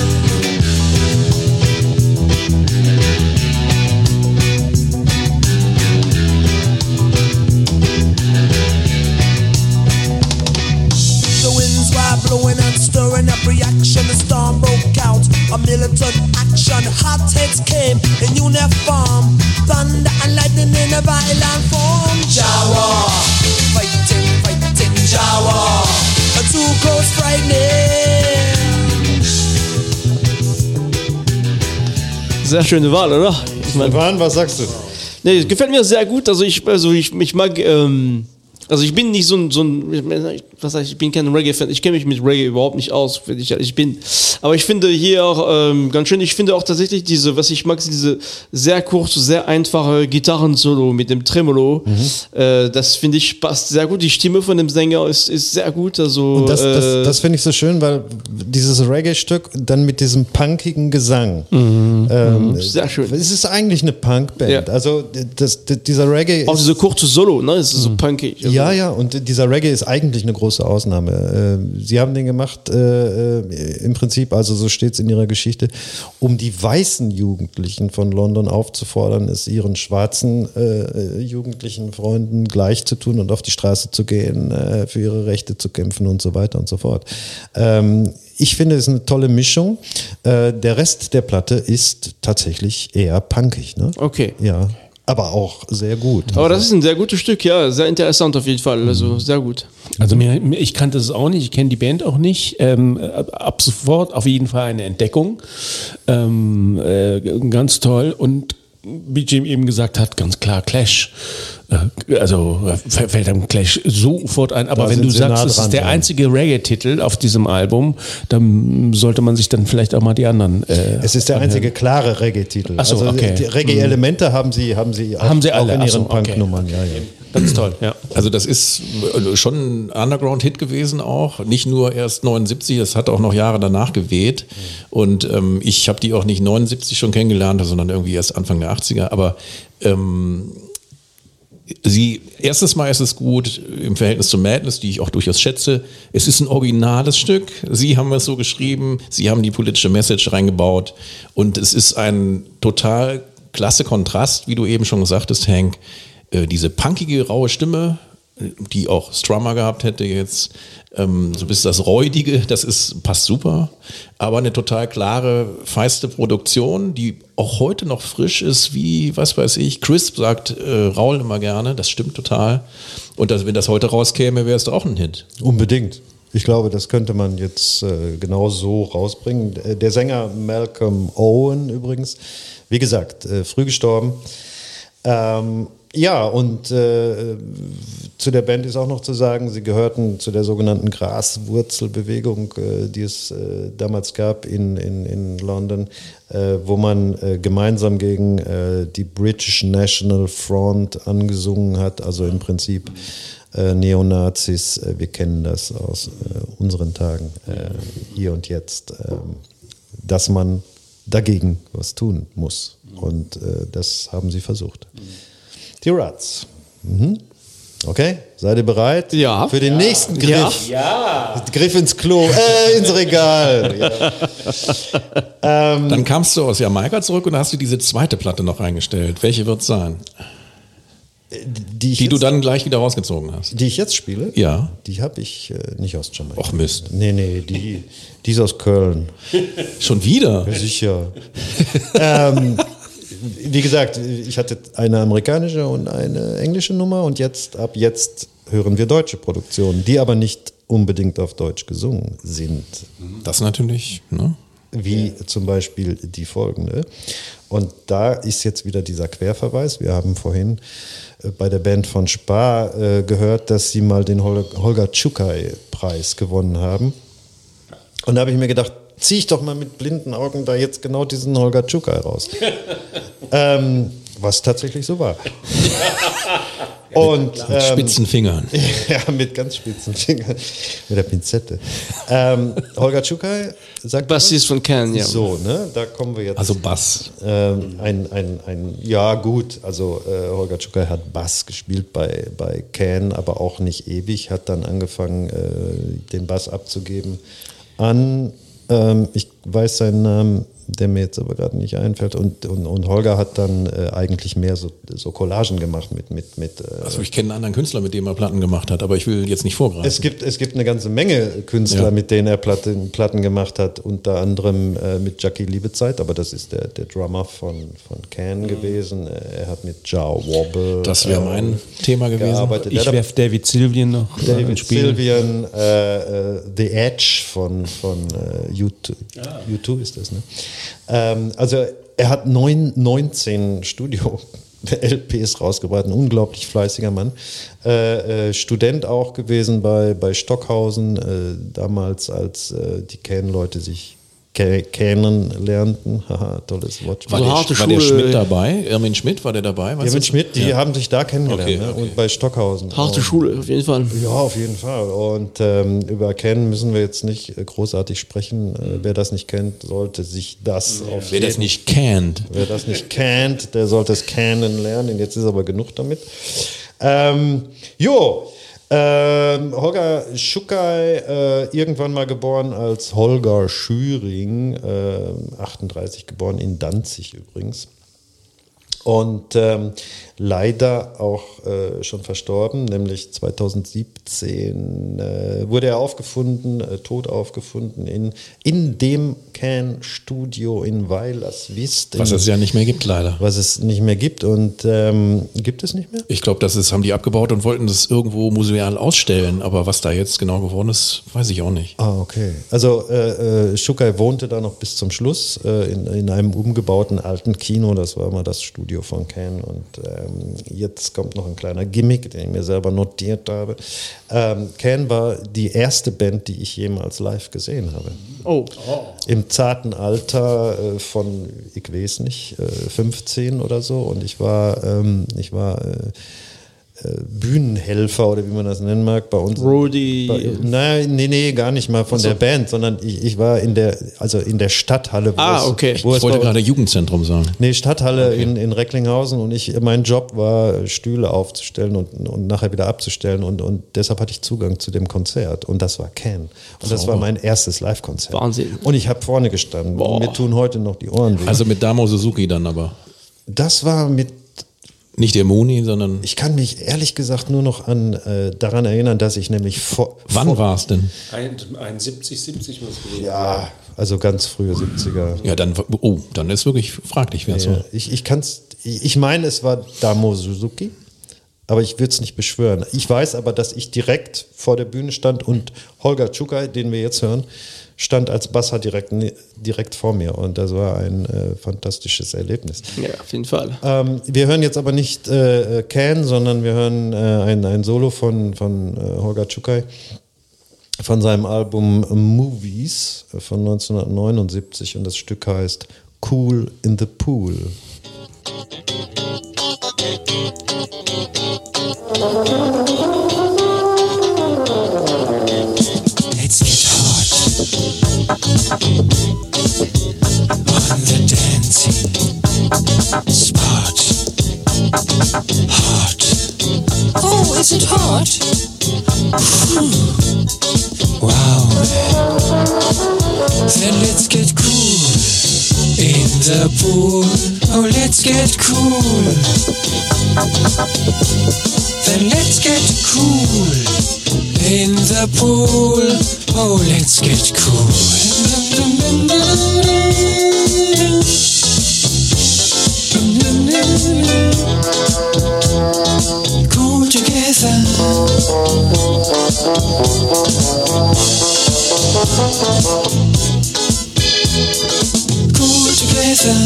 The winds were blowing and stirring up reaction. The storm broke out. A militant action. Hot heads came in uniform. Thunder and lightning in a violent form. Jawa, fighting, fighting, Jawa. A too close, frightening. Sehr schöne Wahl, oder? Ich meine, Stefan, was sagst du? nee, das gefällt mir sehr gut. Also ich, also ich, ich mag, ähm, also ich bin nicht so ein, so ein was heißt, ich bin kein Reggae-Fan. Ich kenne mich mit Reggae überhaupt nicht aus, wenn ich ehrlich bin. Aber ich finde hier auch ähm, ganz schön, ich finde auch tatsächlich diese, was ich mag, ist diese sehr kurze, sehr einfache Gitarren-Solo mit dem Tremolo. Mhm. Äh, das finde ich passt sehr gut. Die Stimme von dem Sänger ist, ist sehr gut. Also, Und das, äh, das, das finde ich so schön, weil dieses Reggae-Stück dann mit diesem punkigen Gesang, mhm. ähm, sehr schön. Es ist eigentlich eine Punkband. Ja. Also das, das, dieser Reggae auch ist, diese kurze Solo, ne? Es ist so punkig. Also, ja, ja, und dieser Reggae ist eigentlich eine große Ausnahme. Äh, Sie haben den gemacht, äh, im Prinzip, also so steht es in ihrer Geschichte, um die weißen Jugendlichen von London aufzufordern, es ihren schwarzen äh, jugendlichen Freunden gleich zu tun und auf die Straße zu gehen, äh, für ihre Rechte zu kämpfen und so weiter und so fort. Ähm, Ich finde, es ist eine tolle Mischung. Äh, der Rest der Platte ist tatsächlich eher punkig. Ne? Okay. Ja, aber auch sehr gut. Aber das ist ein sehr gutes Stück, ja, sehr interessant auf jeden Fall, also sehr gut. Also mir, ich kannte es auch nicht, ich kenne die Band auch nicht. Ähm, ab sofort auf jeden Fall eine Entdeckung. Ähm, äh, ganz toll. Und wie Jim eben gesagt hat, ganz klar Clash. Äh, also äh, fällt einem Clash sofort ein. Aber Da wenn sind du sie sagst, nah es dran, ist der ja. einzige Reggae-Titel auf diesem Album, dann sollte man sich dann vielleicht auch mal die anderen. Äh, Es ist der einzige klare Reggae-Titel. Ach so, also okay. die Reggae-Elemente haben sie, haben sie auch, Haben sie alle, auch in ach ihren so, okay. Punk-Nummern. Ja, ja. Das ist toll, ja. Also das ist schon ein Underground-Hit gewesen auch. Nicht nur erst neunundsiebzig, das hat auch noch Jahre danach geweht. Und ähm, ich habe die auch nicht neunundsiebzig schon kennengelernt, sondern irgendwie erst Anfang der achtziger. Aber ähm, sie, erstes Mal ist es gut im Verhältnis zu Madness, die ich auch durchaus schätze. Es ist ein originales Stück. Sie haben es so geschrieben. Sie haben die politische Message reingebaut. Und es ist ein total klasse Kontrast, wie du eben schon gesagt Hank. Diese punkige, raue Stimme, die auch Strummer gehabt hätte jetzt, ähm, so bis das Räudige, das ist, passt super, aber eine total klare, feiste Produktion, die auch heute noch frisch ist, wie, was weiß ich, Crisp sagt äh, Raul immer gerne, das stimmt total, und das, wenn das heute rauskäme, wäre es doch auch ein Hit. Unbedingt. Ich glaube, das könnte man jetzt äh, genau so rausbringen. Der Sänger Malcolm Owen übrigens, wie gesagt, äh, früh gestorben. Ähm, Ja, und äh, zu der Band ist auch noch zu sagen, sie gehörten zu der sogenannten Graswurzelbewegung, äh, die es äh, damals gab in, in, in London, äh, wo man äh, gemeinsam gegen äh, die British National Front angesungen hat, also im Prinzip äh, Neonazis. Äh, wir kennen das aus äh, unseren Tagen, äh, hier und jetzt, äh, dass man dagegen was tun muss. Und äh, das haben sie versucht. Die Ruts. Mhm. Okay, seid ihr bereit? Ja. Für den ja. nächsten Griff. Ja. Griff ins Klo, äh, ins Regal. Ja. ähm, Dann kamst du aus Jamaika zurück und hast dir diese zweite Platte noch eingestellt. Welche wird es sein? die ich Die du jetzt, dann gleich wieder rausgezogen hast. die ich jetzt spiele? Ja. Die habe ich äh, nicht aus Jamaika. Och Mist. Nee, nee, die, die ist aus Köln. Schon wieder? Sicher. ähm, wie gesagt, ich hatte eine amerikanische und eine englische Nummer und jetzt, ab jetzt hören wir deutsche Produktionen, die aber nicht unbedingt auf Deutsch gesungen sind. Das natürlich, ne? Wie zum Beispiel die folgende. Und da ist jetzt wieder dieser Querverweis. Wir haben vorhin äh, bei der Band von Spar äh, gehört, dass sie mal den Hol- Holger Czukay-Preis gewonnen haben. Und da habe ich mir gedacht, zieh ich doch mal mit blinden Augen da jetzt genau diesen Holger Czukay raus. ähm, was tatsächlich so war. Und, Mit ähm, spitzen Fingern. ja, mit ganz spitzen Fingern, mit der Pinzette. Ähm, Holger Czukay sagt Bassist von Can, ja. So, ne, da kommen wir jetzt. Also Bass. Ähm, ein, ein, ein, ja gut, also äh, Holger Czukay hat Bass gespielt bei, bei Can, aber auch nicht ewig, hat dann angefangen, äh, den Bass abzugeben an, ähm, ich weiß seinen Namen, der mir jetzt aber gerade nicht einfällt, und, und, und Holger hat dann äh, eigentlich mehr so, so Collagen gemacht mit... mit, mit äh, Also ich kenne einen anderen Künstler, mit dem er Platten gemacht hat, aber ich will jetzt nicht vorgreifen. Es gibt, es gibt eine ganze Menge Künstler, Ja. mit denen er Platten, Platten gemacht hat, unter anderem äh, mit Jackie Liebezeit, aber das ist der, der Drummer von, von Can gewesen. Er hat mit Joe Wobble Das wäre mein äh, Thema gewesen. gearbeitet. Ich Der hat werfe David Sylvian noch David ins Spiel. Sylvian, äh, äh, The Edge von, von äh, U zwei, U zwei ist das, ne? Ähm, also er hat neun, neunzehn Studio-L Ps rausgebracht, ein unglaublich fleißiger Mann. Äh, äh, Student auch gewesen bei, bei Stockhausen, äh, damals als äh, die Can-Leute sich ke- kennenlernten. Haha, tolles Wort. war, So der, harte war der Schule- Schmidt dabei? Erwin Schmidt, war der dabei? Weißt Erwin du? Schmidt, die Ja. haben sich da kennengelernt, Okay, ne? okay. Und bei Stockhausen. Harte Und- Schule, auf jeden Fall. Ja, auf jeden Fall. Und ähm, über Ken müssen wir jetzt nicht äh, großartig sprechen. Äh, wer das nicht kennt, sollte sich das auf Wer das jeden- nicht kennt. Wer das nicht kennt, der sollte es kennen lernen. Jetzt ist aber genug damit. Ähm, jo, ähm, Holger Czukay, äh, irgendwann mal geboren als Holger Schüring, äh, achtunddreißig geboren in Danzig übrigens. Und ähm, leider auch äh, schon verstorben, nämlich zweitausendsiebzehn äh, wurde er aufgefunden, äh, tot aufgefunden in, in dem Can-Studio in Weilerswist. Was in, es ja nicht mehr gibt, leider. was es nicht mehr gibt. Und ähm, gibt es nicht mehr? Ich glaube, das ist, haben die abgebaut und wollten das irgendwo museal ausstellen. Aber was da jetzt genau geworden ist, weiß ich auch nicht. Ah, okay. Also äh, äh, Czukay wohnte da noch bis zum Schluss äh, in, in einem umgebauten alten Kino. Das war mal das Studio von Can. Und ähm, jetzt kommt noch ein kleiner Gimmick, den ich mir selber notiert habe. Ähm, Can war die erste Band, die ich jemals live gesehen habe. Oh. Im zarten Alter äh, von, ich weiß nicht, äh, fünfzehn oder so. Und ich war, ähm, ich war äh, Bühnenhelfer oder wie man das nennen mag, bei uns. Roadie. Bei, nein, nee, nee, gar nicht mal von so. der Band, sondern ich, ich war in der, also in der Stadthalle. Wo Ah, es, okay. Wo Ich es wollte bei, gerade Jugendzentrum sagen. nee, Stadthalle okay. in, in Recklinghausen und ich, mein Job war, Stühle aufzustellen und, und nachher wieder abzustellen und, und deshalb hatte ich Zugang zu dem Konzert und das war Can. Und das oh. war mein erstes Live-Konzert. Wahnsinn. Und ich habe vorne gestanden. Und mir tun heute noch die Ohren weh. Also mit Damo Suzuki dann aber. Das war mit Nicht der Moni, sondern... Ich kann mich ehrlich gesagt nur noch an äh, daran erinnern, dass ich nämlich vor... Wann war es denn? einundsiebzig, siebzig muss es gewesen sein. Ja, also ganz frühe siebziger. Ja, dann, oh, dann ist wirklich fraglich, wer es ja, war. Ich, ich kann's, ich, ich meine, es war Damo Suzuki, aber ich würde es nicht beschwören. Ich weiß aber, dass ich direkt vor der Bühne stand und Holger Czukay, den wir jetzt hören, stand als Basser direkt, direkt vor mir und das war ein äh, fantastisches Erlebnis. Ja, auf jeden Fall. Ähm, wir hören jetzt aber nicht äh, Can, sondern wir hören äh, ein, ein Solo von, von äh, Holger Czukay von seinem Album Movies von neunzehnhundertneunundsiebzig und das Stück heißt Cool in the Pool. Let's get hot on the dancing spot. Hot. Oh, is it hot? Wow. Then let's get cool in the pool. Oh, let's get cool. Then let's get cool in the pool. Oh, let's get cool. Cool together. Cool together.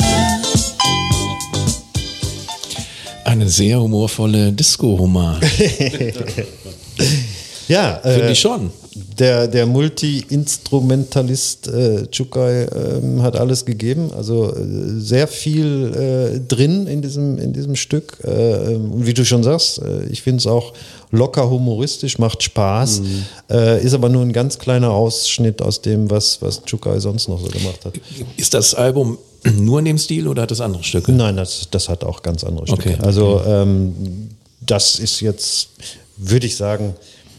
Eine sehr humorvolle Disco-Roman. Ja, finde äh, ich schon. Der, der Multi-Instrumentalist äh, Czukay äh, hat alles gegeben, also äh, sehr viel äh, drin in diesem, in diesem Stück. Äh, und wie du schon sagst, äh, ich finde es auch locker humoristisch, macht Spaß, mhm. äh, ist aber nur ein ganz kleiner Ausschnitt aus dem, was, was Czukay sonst noch so gemacht hat. Ist das Album nur in dem Stil oder hat es andere Stücke? Nein, das, das hat auch ganz andere Stücke. Okay. Also ähm, das ist jetzt, würde ich sagen,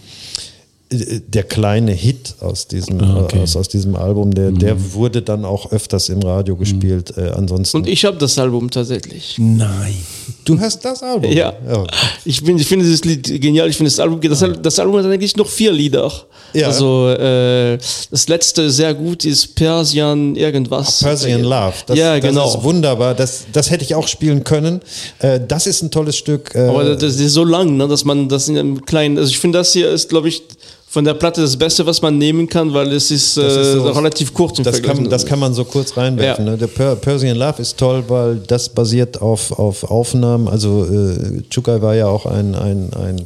der kleine Hit aus diesem, okay. aus, aus diesem Album, der, der mhm. wurde dann auch öfters im Radio gespielt. Mhm. Äh, ansonsten. Und ich habe das Album tatsächlich. Nein. Du hast das Album? Ja. ja. Ich, bin, ich finde dieses Lied genial. Ich finde das Album, das, das Album hat eigentlich noch vier Lieder. Ja. Also äh, das letzte sehr gut ist Persian irgendwas. Oh, Persian Love. Das, ja, genau. Das ist wunderbar. Das, das hätte ich auch spielen können. Äh, das ist ein tolles Stück. Äh, Aber das ist so lang, ne, dass man das in einem kleinen. Also ich finde, das hier ist, glaube ich, von der Platte das Beste, was man nehmen kann, weil es ist, äh, ist so, relativ kurz im das Vergleich. Kann, das kann man so kurz reinwerfen. Ja. Ne? Der per Persian Love ist toll, weil das basiert auf, auf Aufnahmen. Also äh, Czukay war ja auch ein, ein, ein,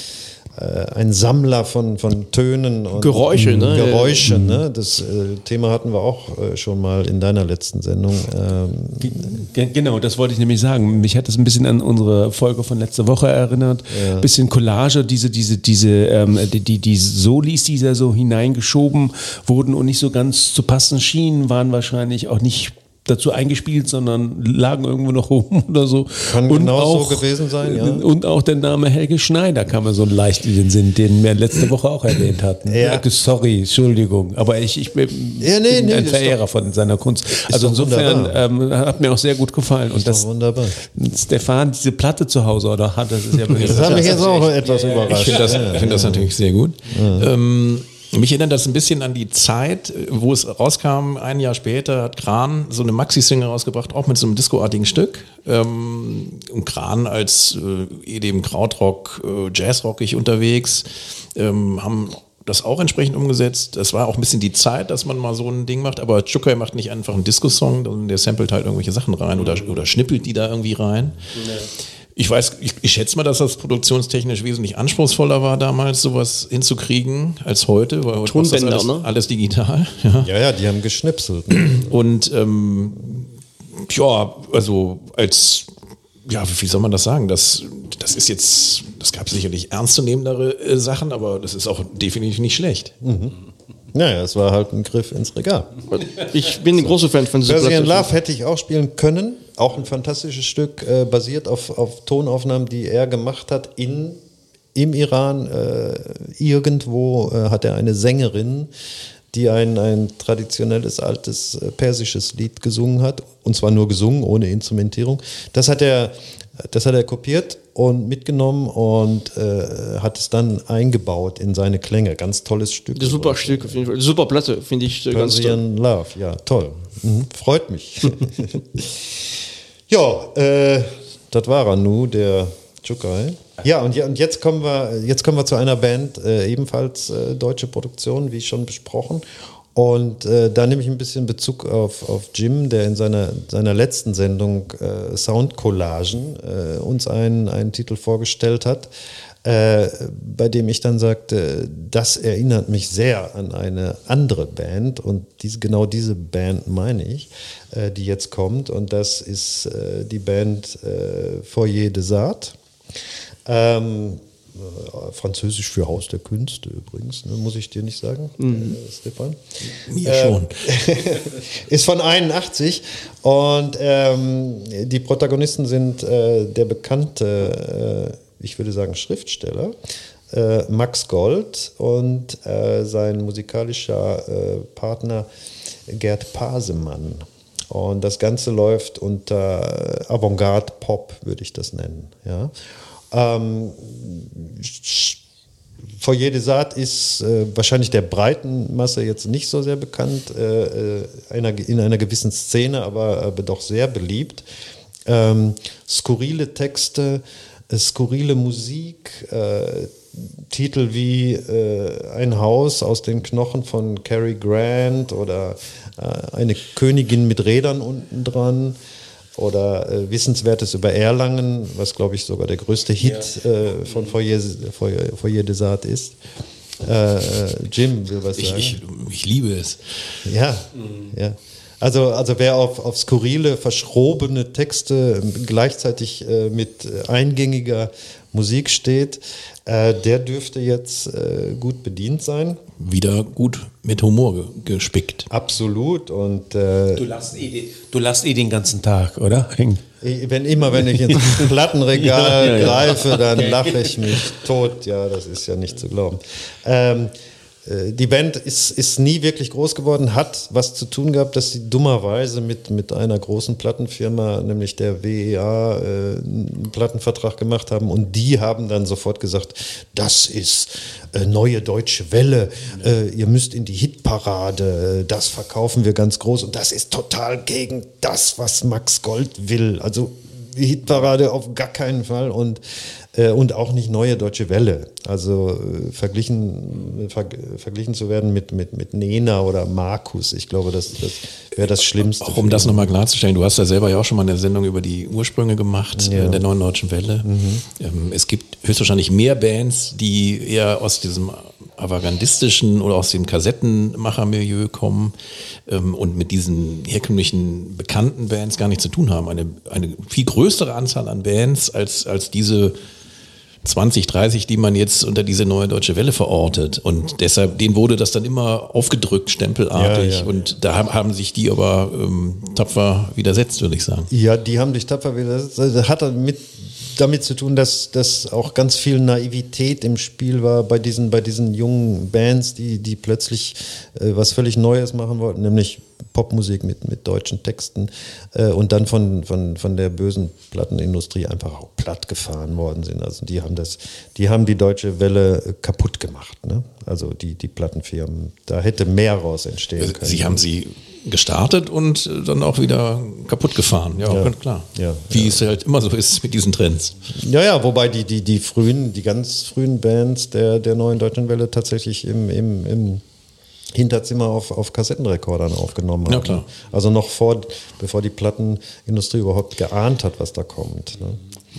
äh, ein Sammler von, von Tönen und Geräusche. Ne? Geräusche. Mhm. Ne? Das äh, Thema hatten wir auch äh, schon mal in deiner letzten Sendung. Ähm, G genau, das wollte ich nämlich sagen. Mich hat es ein bisschen an unsere Folge von letzter Woche erinnert. Ja. Bisschen Collage, diese, diese, diese, ähm, die, die, die Solis, die da so hineingeschoben wurden und nicht so ganz zu passen schienen, waren wahrscheinlich auch nicht dazu eingespielt, sondern lagen irgendwo noch rum oder so. Kann und genau auch, so gewesen sein, ja. Und auch der Name Helge Schneider kam mir so leicht in den Sinn, den wir letzte Woche auch erwähnt hatten. Ja. Sorry, Entschuldigung, aber ich, ich bin ja, nee, nee, ein Verehrer doch, von seiner Kunst. Also insofern ähm, hat mir auch sehr gut gefallen. Ist und das, wunderbar. Stefan diese Platte zu Hause oder hat, das ist ja wirklich das hat mich jetzt auch etwas ja, überrascht. Ich finde das, ja, find das natürlich sehr gut. Ja. Ähm, Mich erinnert das ein bisschen an die Zeit, wo es rauskam, ein Jahr später hat Kran so eine Maxi-Single rausgebracht, auch mit so einem Disco-artigen Stück. Ähm, und Kran als äh, eben Krautrock, äh, Jazzrockig unterwegs, ähm, haben das auch entsprechend umgesetzt. Es war auch ein bisschen die Zeit, dass man mal so ein Ding macht, aber Czukay macht nicht einfach einen Disco-Song, sondern der samplet halt irgendwelche Sachen rein oder, oder schnippelt die da irgendwie rein. Nee. Ich weiß, ich, ich schätze mal, dass das produktionstechnisch wesentlich anspruchsvoller war damals, sowas hinzukriegen als heute, weil heute ist das alles, ne? alles digital. Ja. ja, ja, die haben geschnipselt. Ne? Und ähm, ja, also als, ja, wie soll man das sagen? Das, das ist jetzt, es gab sicherlich ernstzunehmendere äh, Sachen, aber das ist auch definitiv nicht schlecht. Mhm. Naja, es war halt ein Griff ins Regal. Ich bin ein großer Fan von dieser Persian Platte. Love hätte ich auch spielen können. Auch ein fantastisches Stück, äh, basiert auf, auf Tonaufnahmen, die er gemacht hat in, im Iran. Äh, irgendwo äh, hat er eine Sängerin, die ein, ein traditionelles, altes äh, persisches Lied gesungen hat. Und zwar nur gesungen, ohne Instrumentierung. Das hat er, das hat er kopiert und mitgenommen und äh, hat es dann eingebaut in seine Klänge. Ganz tolles Stück. Das super Stück auf jeden Fall. Super Platte, finde ich äh, ganz toll. Persian Love, ja, toll. Mhm. Freut mich. Ja, äh, das war er nu, der Chukai. Ja, und, ja, und jetzt kommen wir, jetzt kommen wir zu einer Band, äh, ebenfalls äh, deutsche Produktion, wie schon besprochen. Und äh, da nehme ich ein bisschen Bezug auf, auf Jim, der in seiner, seiner letzten Sendung äh, Soundcollagen äh, uns einen, einen Titel vorgestellt hat, äh, bei dem ich dann sagte, das erinnert mich sehr an eine andere Band und diese, genau diese Band meine ich, äh, die jetzt kommt, und das ist äh, die Band äh, Foyer des Arts. Ähm, Französisch für Haus der Künste übrigens, ne, muss ich dir nicht sagen, mhm. äh, Stefan? Mir äh, schon. Ist von einundachtzig und ähm, die Protagonisten sind äh, der bekannte, äh, ich würde sagen Schriftsteller, äh, Max Gold und äh, sein musikalischer äh, Partner Gerd Pasemann. Und das Ganze läuft unter Avantgarde Pop, würde ich das nennen, ja. Ähm, Foyer des Arts ist äh, wahrscheinlich der breiten Masse jetzt nicht so sehr bekannt, äh, einer, in einer gewissen Szene, aber, aber doch sehr beliebt. Ähm, skurrile Texte, äh, skurrile Musik, äh, Titel wie äh, Ein Haus aus den Knochen von Cary Grant oder äh, Eine Königin mit Rädern unten dran. Oder äh, Wissenswertes über Erlangen, was glaube ich sogar der größte Hit ja. äh, von Foyer, Foyer, Foyer des Arts ist. Äh, Jim will was sagen. Ich, ich, ich liebe es. Ja, mhm. ja. Also, also wer auf, auf skurrile, verschrobene Texte gleichzeitig äh, mit eingängiger Musik steht, äh, der dürfte jetzt äh, gut bedient sein. Wieder gut mit Humor ge- gespickt. Absolut. Und, äh, du, lachst eh, du lachst eh den ganzen Tag, oder? Wenn immer, wenn ich ins Plattenregal ja, ja, ja. greife, dann lache ich mich tot. Ja, das ist ja nicht zu glauben. Ähm, Die Band ist, ist nie wirklich groß geworden, hat was zu tun gehabt, dass sie dummerweise mit, mit einer großen Plattenfirma, nämlich der W E A, äh, einen Plattenvertrag gemacht haben, und die haben dann sofort gesagt, das ist äh, neue deutsche Welle, äh, ihr müsst in die Hitparade, das verkaufen wir ganz groß, und das ist total gegen das, was Max Gold will. Also die Hitparade auf gar keinen Fall, und äh, und auch nicht neue deutsche Welle. Also äh, verglichen, ver, verglichen zu werden mit, mit, mit Nena oder Markus, ich glaube, das, das wäre das Schlimmste. Auch um das nochmal klarzustellen, du hast ja selber ja auch schon mal eine Sendung über die Ursprünge gemacht, ja. äh, der neuen deutschen Welle. Mhm. Ähm, es gibt höchstwahrscheinlich mehr Bands, die eher aus diesem avantgardistischen oder aus dem Kassettenmachermilieu kommen ähm, und mit diesen herkömmlichen bekannten Bands gar nichts zu tun haben. Eine, eine viel größere Anzahl an Bands als, als diese zwanzig, dreißig, die man jetzt unter diese neue deutsche Welle verortet. Und deshalb, denen wurde das dann immer aufgedrückt, stempelartig. Ja, ja. Und da haben, haben sich die aber ähm, tapfer widersetzt, würde ich sagen. Ja, die haben sich tapfer widersetzt. Das hat mit damit zu tun, dass, dass auch ganz viel Naivität im Spiel war bei diesen, bei diesen jungen Bands, die, die plötzlich äh, was völlig Neues machen wollten, nämlich Popmusik mit, mit deutschen Texten, äh, und dann von, von, von der bösen Plattenindustrie einfach auch platt gefahren worden sind. Also die haben das, die haben die deutsche Welle kaputt gemacht, ne? Also die, die Plattenfirmen. Da hätte mehr raus entstehen können. Sie haben sie gestartet und dann auch wieder kaputt gefahren. Ja, ja. Klar. Ja, Wie ja. es halt immer so ist mit diesen Trends. Ja, ja, wobei die, die, die frühen, die ganz frühen Bands der, der neuen deutschen Welle tatsächlich im, im, im Hinterzimmer auf, auf Kassettenrekordern aufgenommen haben. Ja, klar. Also noch vor, bevor die Plattenindustrie überhaupt geahnt hat, was da kommt. Ne?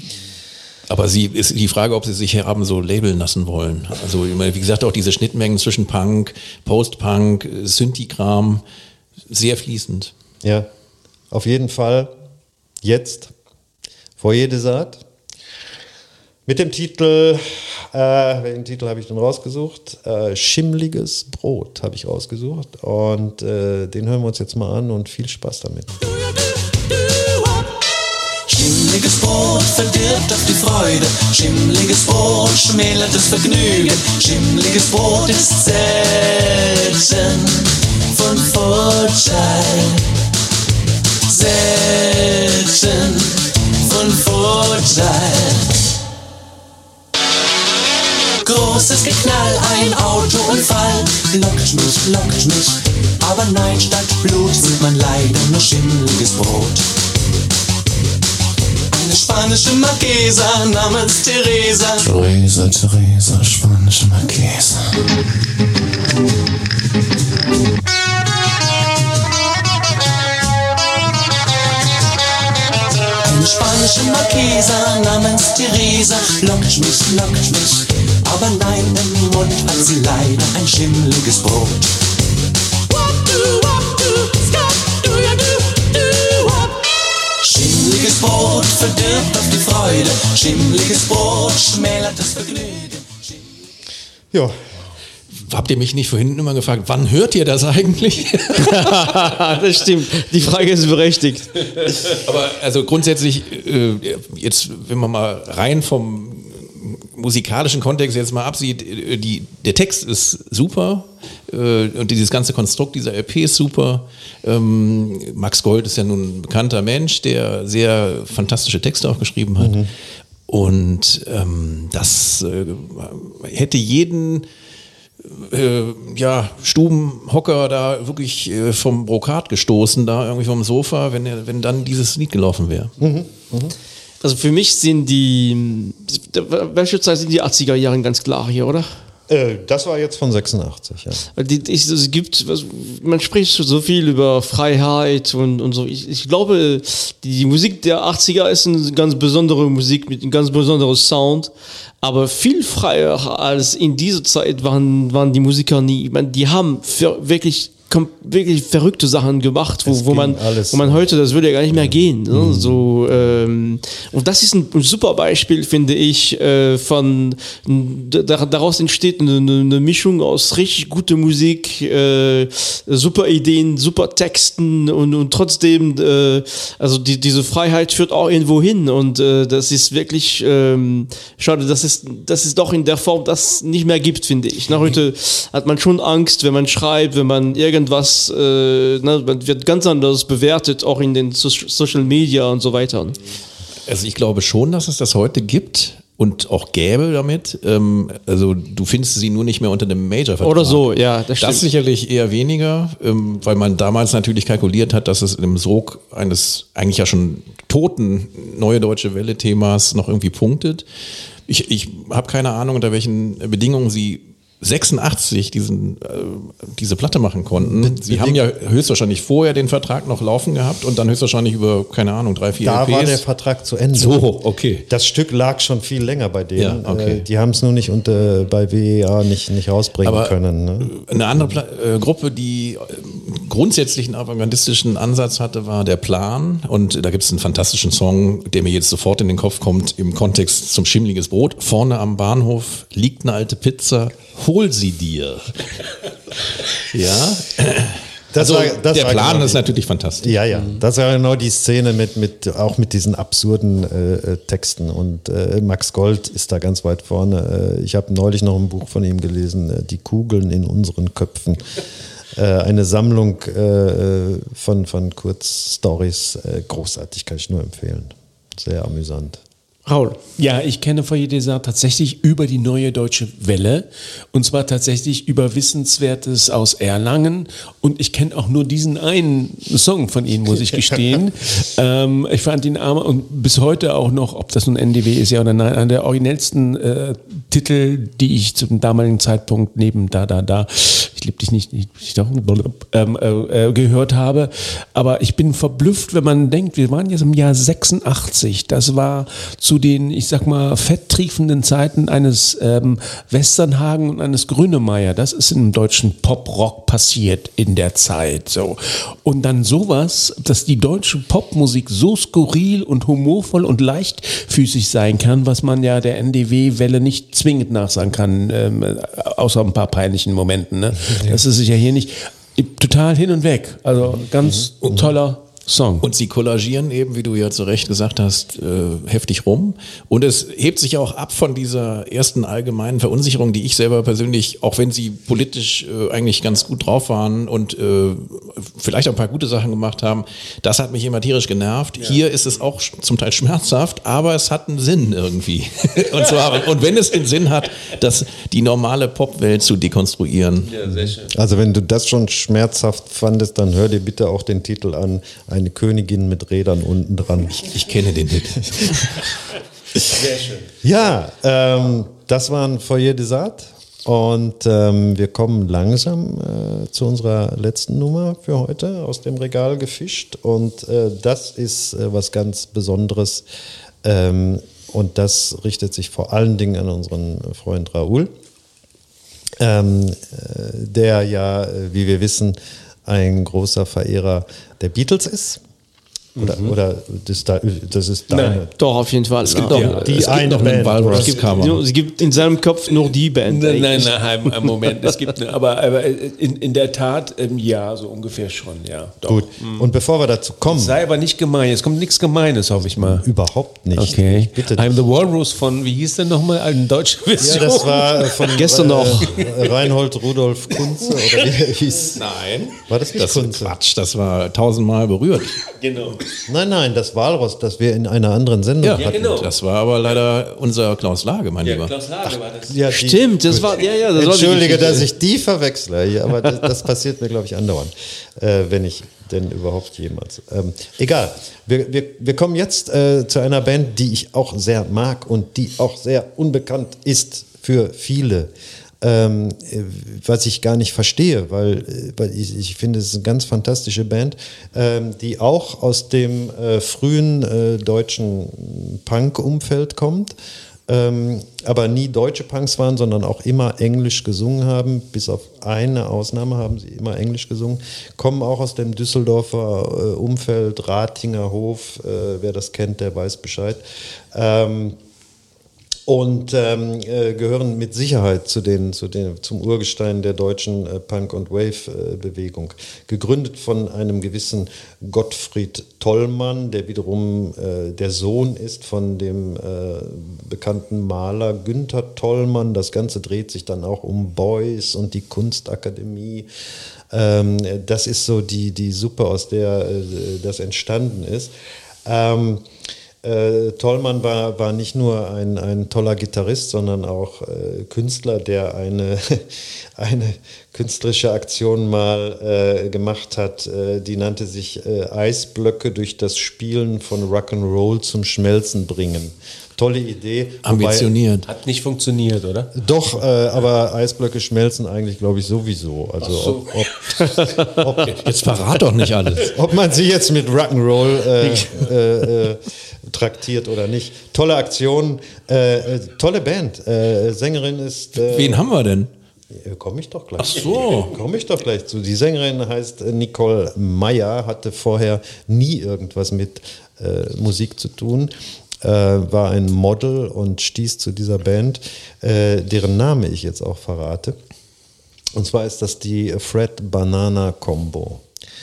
Aber sie ist die Frage, ob sie sich haben so labeln lassen wollen. Also wie gesagt, auch diese Schnittmengen zwischen Punk, Post-Punk, Synthi-Kram, sehr fließend. Ja, auf jeden Fall jetzt Foyer des Arts. Mit dem Titel, äh, welchen Titel habe ich denn rausgesucht? Äh, Schimmliges Brot habe ich rausgesucht und äh, den hören wir uns jetzt mal an und viel Spaß damit. Schimmliges Brot verdirbt auf die Freude, schimmliges Brot schmälert das Vergnügen, schimmliges Brot ist selten von Vorteil, selten von Vorteil. Großes Geknall, ein Autounfall, lockt mich, lockt mich, aber nein, statt Blut sieht man leider nur schimmliges Brot. Eine spanische Marquesa namens Teresa. Teresa, Teresa, spanische Marquesa. Eine spanische Marquesa namens Teresa lockt mich, lockt mich, aber nein, im Mund hat sie leider ein schimmliges Brot. Schimmliges Brot verdirbt auf die Freude, schimmliges Brot schmälert das Vergnügen. Ja. Habt ihr mich nicht vorhin immer gefragt, wann hört ihr das eigentlich? Das stimmt, die Frage ist berechtigt. Aber also grundsätzlich, äh, jetzt, wenn man mal rein vom musikalischen Kontext jetzt mal absieht, die, der Text ist super äh, und dieses ganze Konstrukt dieser L P ist super. Ähm, Max Gold ist ja nun ein bekannter Mensch, der sehr fantastische Texte auch geschrieben hat. Mhm. Und ähm, das äh, hätte jeden äh, ja, Stubenhocker da wirklich äh, vom Brokat gestoßen, da irgendwie vom Sofa, wenn, er, wenn dann dieses Lied gelaufen wäre. Mhm. Mhm. Also für mich sind die, welche Zeit sind die achtziger Jahre ganz klar hier, oder? Äh, das war jetzt von sechsundachtzig, ja. Die, ich, es gibt, man spricht so viel über Freiheit und, und so. Ich, ich glaube, die, die Musik der achtziger ist eine ganz besondere Musik mit einem ganz besonderen Sound. Aber viel freier als in dieser Zeit waren, waren die Musiker nie. Ich meine, die haben für wirklich wirklich verrückte Sachen gemacht, wo, wo, man, wo man heute, das würde ja gar nicht mehr gehen. Ne? Mhm. So, ähm, und das ist ein, ein super Beispiel, finde ich, äh, von, da, daraus entsteht eine, eine Mischung aus richtig guter Musik, äh, super Ideen, super Texten und, und trotzdem, äh, also die, diese Freiheit führt auch irgendwo hin und äh, das ist wirklich ähm, schade, dass es, dass es doch in der Form das nicht mehr gibt, finde ich. Na, heute hat man schon Angst, wenn man schreibt, wenn man irgend was, äh, ne, man wird ganz anders bewertet, auch in den so- Social Media und so weiter. Also ich glaube schon, dass es das heute gibt und auch gäbe damit. Ähm, also du findest sie nur nicht mehr unter dem Major-Vertrag. Oder so, ja, das stimmt. Das sicherlich eher weniger, ähm, weil man damals natürlich kalkuliert hat, dass es im Sog eines eigentlich ja schon toten Neue Deutsche Welle-Themas noch irgendwie punktet. Ich, ich habe keine Ahnung, unter welchen Bedingungen sie sechsundachtzig diesen, äh, diese Platte machen konnten. Sie haben ja höchstwahrscheinlich vorher den Vertrag noch laufen gehabt und dann höchstwahrscheinlich über, keine Ahnung, drei, vier Da L Ps. war der Vertrag zu Ende. So, okay. Das Stück lag schon viel länger bei denen. Ja, okay. Äh, die haben es nur nicht unter, bei W E A nicht, nicht rausbringen Aber können. Ne? Eine andere Pla- äh, Gruppe, die äh, grundsätzlich einen avantgardistischen Ansatz hatte, war der Plan. Und da gibt es einen fantastischen Song, der mir jetzt sofort in den Kopf kommt, im Kontext zum Schimmliges Brot. Vorne am Bahnhof liegt eine alte Pizza, hol sie dir. Ja. Das also war, das der war Plan genau ist die, natürlich fantastisch. Ja, ja. Das war genau die Szene mit, mit auch mit diesen absurden äh, Texten. Und äh, Max Gold ist da ganz weit vorne. Äh, ich habe neulich noch ein Buch von ihm gelesen, äh, Die Kugeln in unseren Köpfen. Äh, eine Sammlung äh, von, von Kurzstories. Äh, großartig, kann ich nur empfehlen. Sehr amüsant. Raul. Ja, ich kenne Foyer des Arts tatsächlich über die Neue Deutsche Welle und zwar tatsächlich über Wissenswertes aus Erlangen und ich kenne auch nur diesen einen Song von ihnen, muss ich gestehen. ähm, ich fand ihn arm und bis heute auch noch, ob das nun N D W ist ja oder nein, einer der originellsten äh, Titel, die ich zum damaligen Zeitpunkt neben Da, Da, Da, ich lieb dich nicht, ich, ich doch, ähm, äh, gehört habe. Aber ich bin verblüfft, wenn man denkt, wir waren jetzt im Jahr sechsundachtzig. Das war zu den, ich sag mal, fetttriefenden Zeiten eines ähm, Westernhagen und eines Grönemeyer. Das ist im deutschen Pop-Rock passiert in der Zeit. So. Und dann sowas, dass die deutsche Popmusik so skurril und humorvoll und leichtfüßig sein kann, was man ja der N D W-Welle nicht zwingend nachsagen kann, ähm, außer ein paar peinlichen Momenten. Ne? Das ist sicher hier nicht. Total hin und weg. Also ganz mhm. toller Song. Und sie kollagieren eben, wie du ja zu Recht gesagt hast, äh, heftig rum. Und es hebt sich auch ab von dieser ersten allgemeinen Verunsicherung, die ich selber persönlich, auch wenn sie politisch äh, eigentlich ganz gut drauf waren und äh, vielleicht auch ein paar gute Sachen gemacht haben, das hat mich immer tierisch genervt. Ja. Hier ist es auch zum Teil schmerzhaft, aber es hat einen Sinn irgendwie. und zwar, und wenn es den Sinn hat, das die normale Popwelt zu dekonstruieren. Ja, sehr schön. Also wenn du das schon schmerzhaft fandest, dann hör dir bitte auch den Titel an. Eine Königin mit Rädern unten dran. Ich, ich kenne den Titel. Sehr schön. Ja, ähm, das war ein Foyer des Arts. Und ähm, wir kommen langsam äh, zu unserer letzten Nummer für heute, aus dem Regal gefischt. Und äh, das ist äh, was ganz Besonderes. Ähm, und das richtet sich vor allen Dingen an unseren Freund Raoul, ähm, äh, der ja, wie wir wissen, ein großer Verehrer der Beatles ist. Oder, mhm. oder das, das ist deine... Nein, doch, auf jeden Fall. Es gibt ja. noch, die es eine gibt noch Band. einen Es gibt, es gibt in seinem Kopf nur die Band. Nein, nein, nein, nein, Moment. Es gibt, aber, aber in, in der Tat, ähm, ja, so ungefähr schon, ja. Doch. Gut. Und bevor wir dazu kommen... Sei aber nicht gemein. Es kommt nichts Gemeines, hoffe ich mal. Überhaupt nicht. Okay. Ich bitte I'm the Walrus von, wie hieß denn nochmal, eine deutsche Version? Ja, das war von gestern noch. Äh, Reinhold Rudolf Kunze, oder wie er hieß. Nein. War das nicht das Kunze? Quatsch, das war tausendmal berührt. Genau. Nein, nein, das Walross, das wir in einer anderen Sendung Ja, hatten. genau. Das war aber leider unser Klaus Lage, mein Ja, Lieber. Klaus Lage war das. Ja, die- Stimmt, das gut. war, ja, ja, das Entschuldige, war die dass Geschichte. ich die verwechsle, ja, aber das, das passiert mir, glaube ich, andauernd, äh, wenn ich denn überhaupt jemals. Ähm, egal, wir, wir, wir kommen jetzt äh, zu einer Band, die ich auch sehr mag und die auch sehr unbekannt ist für viele. Ähm, was ich gar nicht verstehe, weil, weil ich, ich finde, es ist eine ganz fantastische Band, ähm, die auch aus dem äh, frühen äh, deutschen Punk-Umfeld kommt, ähm, aber nie deutsche Punks waren, sondern auch immer Englisch gesungen haben. Bis auf eine Ausnahme haben sie immer Englisch gesungen, kommen auch aus dem Düsseldorfer äh, Umfeld, Ratinger Hof, äh, wer das kennt, der weiß Bescheid. Ähm, Und ähm, äh, gehören mit Sicherheit zu den, zu den, zum Urgestein der deutschen äh, Punk- und Wave-Bewegung. Äh, Gegründet von einem gewissen Gottfried Tollmann, der wiederum äh, der Sohn ist von dem äh, bekannten Maler Günther Tollmann. Das Ganze dreht sich dann auch um Beuys und die Kunstakademie. Ähm, das ist so die, die Suppe, aus der äh, das entstanden ist. Ähm, Äh, Tollmann war, war nicht nur ein, ein toller Gitarrist, sondern auch äh, Künstler, der eine, eine künstlerische Aktion mal äh, gemacht hat, äh, die nannte sich äh, Eisblöcke durch das Spielen von Rock'n'Roll zum Schmelzen bringen. Tolle Idee. Ambitioniert. Hat nicht funktioniert, oder? Wobei, doch, äh, aber Eisblöcke schmelzen eigentlich, glaube ich, sowieso. Also so. ob, ob, ob, Jetzt verrat doch nicht alles. ob man sie jetzt mit Rock'n'Roll äh, äh, äh, traktiert oder nicht. Tolle Aktion, äh, äh, tolle Band. Äh, Sängerin ist... Äh, Wen haben wir denn? Komme ich doch gleich. Ach so. Komme ich doch gleich zu. Die Sängerin heißt Nicole Meyer, hatte vorher nie irgendwas mit äh, Musik zu tun, äh, war ein Model und stieß zu dieser Band, äh, deren Name ich jetzt auch verrate. Und zwar ist das die Fred Banana Combo.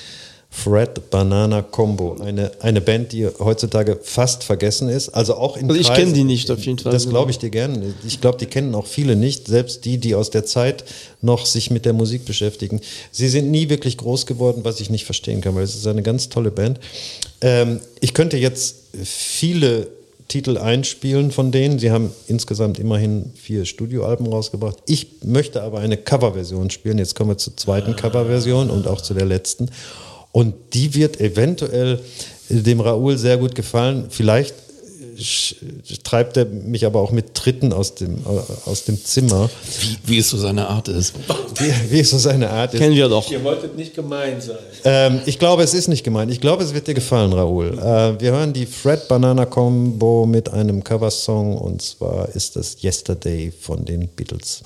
Fred Banana Combo, eine, eine Band, die heutzutage fast vergessen ist, also auch in Also ich Kreisen- kenne die nicht auf jeden Fall. Das glaube ich dir gerne. Ich glaube, die kennen auch viele nicht, selbst die, die aus der Zeit noch sich mit der Musik beschäftigen. Sie sind nie wirklich groß geworden, was ich nicht verstehen kann, weil es ist eine ganz tolle Band. Ähm, ich könnte jetzt viele Titel einspielen von denen. Sie haben insgesamt immerhin vier Studioalben rausgebracht. Ich möchte aber eine Coverversion spielen. Jetzt kommen wir zur zweiten Coverversion und auch zu der letzten. Und die wird eventuell dem Raoul sehr gut gefallen. Vielleicht sch, treibt er mich aber auch mit Tritten aus dem, aus dem Zimmer. Wie, wie es so seine Art ist. Wie, wie es so seine Art ist. Kennen wir doch. Ihr wolltet nicht gemein sein. Ähm, ich glaube, es ist nicht gemein. Ich glaube, es wird dir gefallen, Raoul. Äh, wir hören die Fred Banana Combo mit einem Coversong und zwar ist das Yesterday von den Beatles.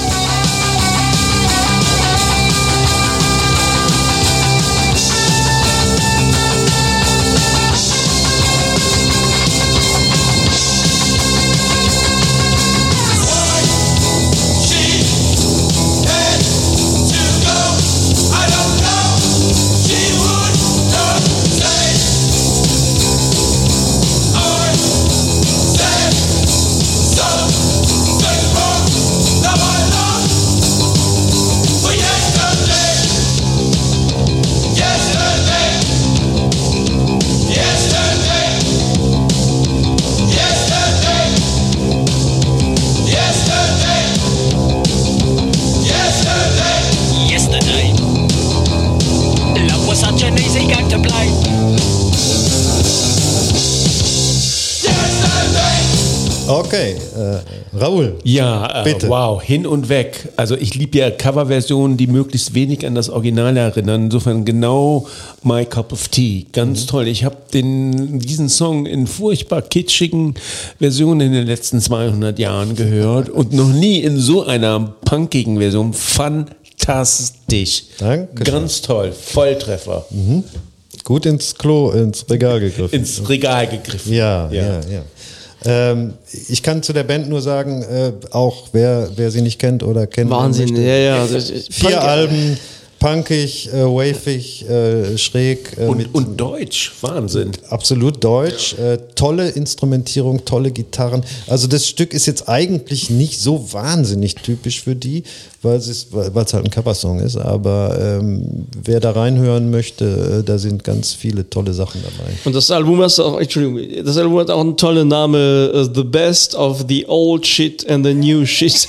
Okay, äh, Raoul. Ja, äh, bitte. Wow, hin und weg. Also ich liebe ja Coverversionen, die möglichst wenig an das Original erinnern. Insofern genau my cup of tea. Ganz mhm. toll. Ich habe diesen Song in furchtbar kitschigen Versionen in den letzten zweihundert Jahren gehört und noch nie in so einer punkigen Version. Fantastisch. Danke. Ganz toll. Volltreffer. Mhm. Gut ins Klo, ins Regal gegriffen. Ins Regal gegriffen. Ja, ja, ja. ja. Ähm, ich kann zu der Band nur sagen, äh, auch wer, wer sie nicht kennt oder kennt. Wahnsinn, ja, ja. Also, Vier Punk, Alben, punkig, äh, wavig, äh, schräg. Äh, und, mit, und deutsch, Wahnsinn. Absolut deutsch, äh, tolle Instrumentierung, tolle Gitarren. Also das Stück ist jetzt eigentlich nicht so wahnsinnig typisch für die, weil es weil es halt ein Coversong ist, aber ähm, wer da reinhören möchte, äh, da sind ganz viele tolle Sachen dabei. Und das Album hat auch, Entschuldigung, das Album hat auch einen tollen Namen, uh, The Best of the Old Shit and the New Shit.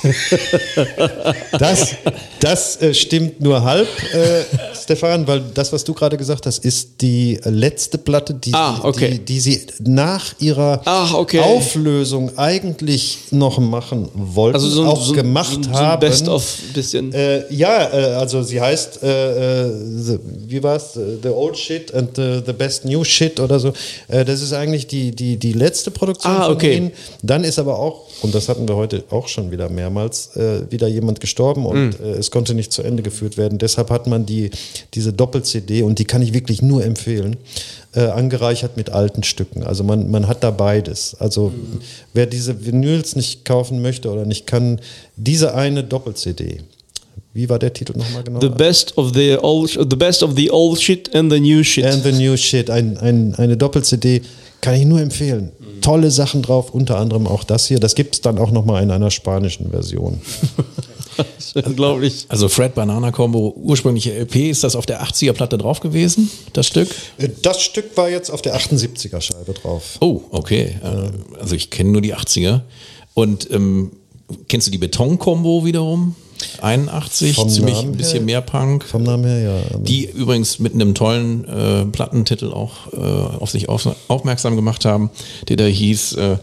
Das, das äh, stimmt nur halb, äh, Stefan, weil das, was du gerade gesagt hast, ist die letzte Platte, die, ah, okay. die, die sie nach ihrer Ach, okay. Auflösung eigentlich noch machen wollten, also so, auch so, gemacht so, so haben. Best of bisschen. Äh, ja, äh, also sie heißt, äh, the, wie war's, The Old Shit and the, the Best New Shit oder so. Äh, das ist eigentlich die, die, die letzte Produktion ah, von okay. ihnen. Dann ist aber auch, und das hatten wir heute auch schon wieder mehrmals, äh, wieder jemand gestorben und mm. äh, es konnte nicht zu Ende geführt werden. Deshalb hat man die, diese Doppel-C D, und die kann ich wirklich nur empfehlen, Äh, angereichert mit alten Stücken. Also man, man hat da beides. Also mhm. wer diese Vinyls nicht kaufen möchte oder nicht kann, diese eine Doppel-C D. Wie war der Titel nochmal genau? The best of the old, the best of the old shit and the new shit. And the new shit. Ein, ein, eine Doppel-C D kann ich nur empfehlen. Mhm. Tolle Sachen drauf, unter anderem auch das hier. Das gibt es dann auch nochmal in einer spanischen Version. Unglaublich. Also Fred Banana Combo, ursprüngliche L P, ist das auf der achtziger Platte drauf gewesen, das Stück? Das Stück war jetzt auf der achtundsiebziger Scheibe drauf. Oh, okay. Ja. Also ich kenne nur die achtziger. Und ähm, kennst du die Beton-Combo wiederum? einundachtzig, vom ziemlich Namen ein bisschen her, mehr Punk. Vom Namen her, ja. Die übrigens mit einem tollen äh, Plattentitel auch äh, auf sich auf, aufmerksam gemacht haben, der da hieß äh,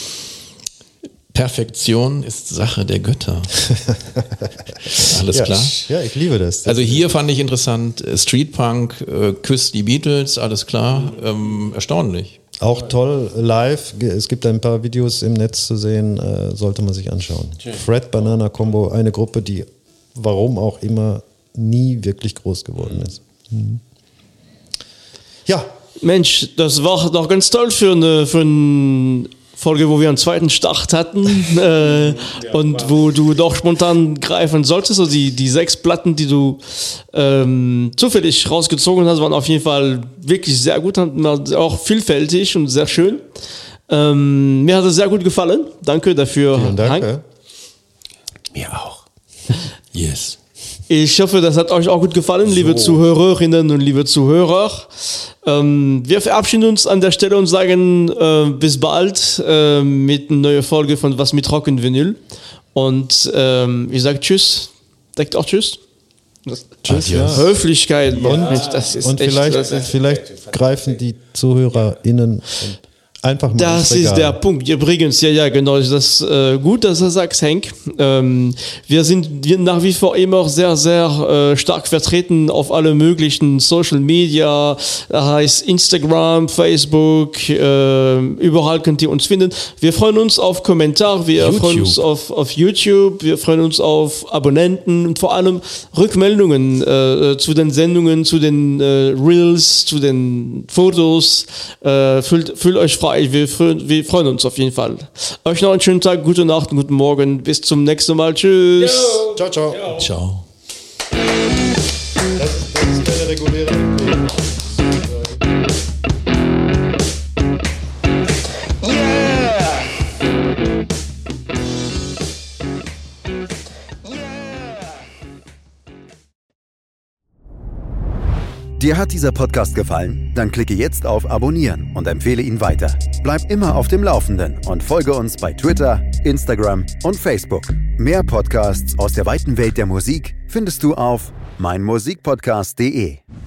Perfektion ist Sache der Götter. Alles ja, klar? Ja, ich liebe das. Also hier fand ich interessant, Street Punk, äh, küsst die Beatles, alles klar, ähm, erstaunlich. Auch toll live, es gibt ein paar Videos im Netz zu sehen, äh, sollte man sich anschauen. Schön. Fred Banana Combo, eine Gruppe, die warum auch immer nie wirklich groß geworden ist. Mhm. Ja. Mensch, das war doch ganz toll für eine, für eine Folge, wo wir einen zweiten Start hatten äh, ja, und wow. wo du doch spontan greifen solltest. Also die, die sechs Platten, die du ähm, zufällig rausgezogen hast, waren auf jeden Fall wirklich sehr gut, auch vielfältig und sehr schön. Ähm, mir hat es sehr gut gefallen. Danke dafür, Vielen Dank. Hank. Mir auch. Yes. Ich hoffe, das hat euch auch gut gefallen, so. Liebe Zuhörerinnen und liebe Zuhörer. Ähm, wir verabschieden uns an der Stelle und sagen äh, bis bald äh, mit einer neuen Folge von Was mit Rock und Vinyl. Und ähm, ich sage Tschüss. Denkt auch Tschüss. Das, Tschüss. Ja. Höflichkeit. Ja. Und, das ist und echt, vielleicht, das ist vielleicht greifen die ZuhörerInnen und Einfach mal Das ins Regal. ist der Punkt. Übrigens, ja, ja, genau. Das ist äh, gut, dass du sagst, Henk. Ähm, wir sind wir nach wie vor immer sehr, sehr äh, stark vertreten auf alle möglichen Social Media, das heißt Instagram, Facebook, äh, überall könnt ihr uns finden. Wir freuen uns auf Kommentare, wir YouTube. freuen uns auf, auf YouTube, wir freuen uns auf Abonnenten und vor allem Rückmeldungen äh, zu den Sendungen, zu den äh, Reels, zu den Fotos. Äh, fühlt, fühlt euch frei. Wir, wir freuen uns auf jeden Fall. Euch noch einen schönen Tag, gute Nacht und guten Morgen. Bis zum nächsten Mal. Tschüss. Yo. Ciao, ciao. Ciao. Ciao. Das, das ist der reguläre Entweder. Dir hat dieser Podcast gefallen? Dann klicke jetzt auf Abonnieren und empfehle ihn weiter. Bleib immer auf dem Laufenden und folge uns bei Twitter, Instagram und Facebook. Mehr Podcasts aus der weiten Welt der Musik findest du auf meinmusikpodcast punkt de.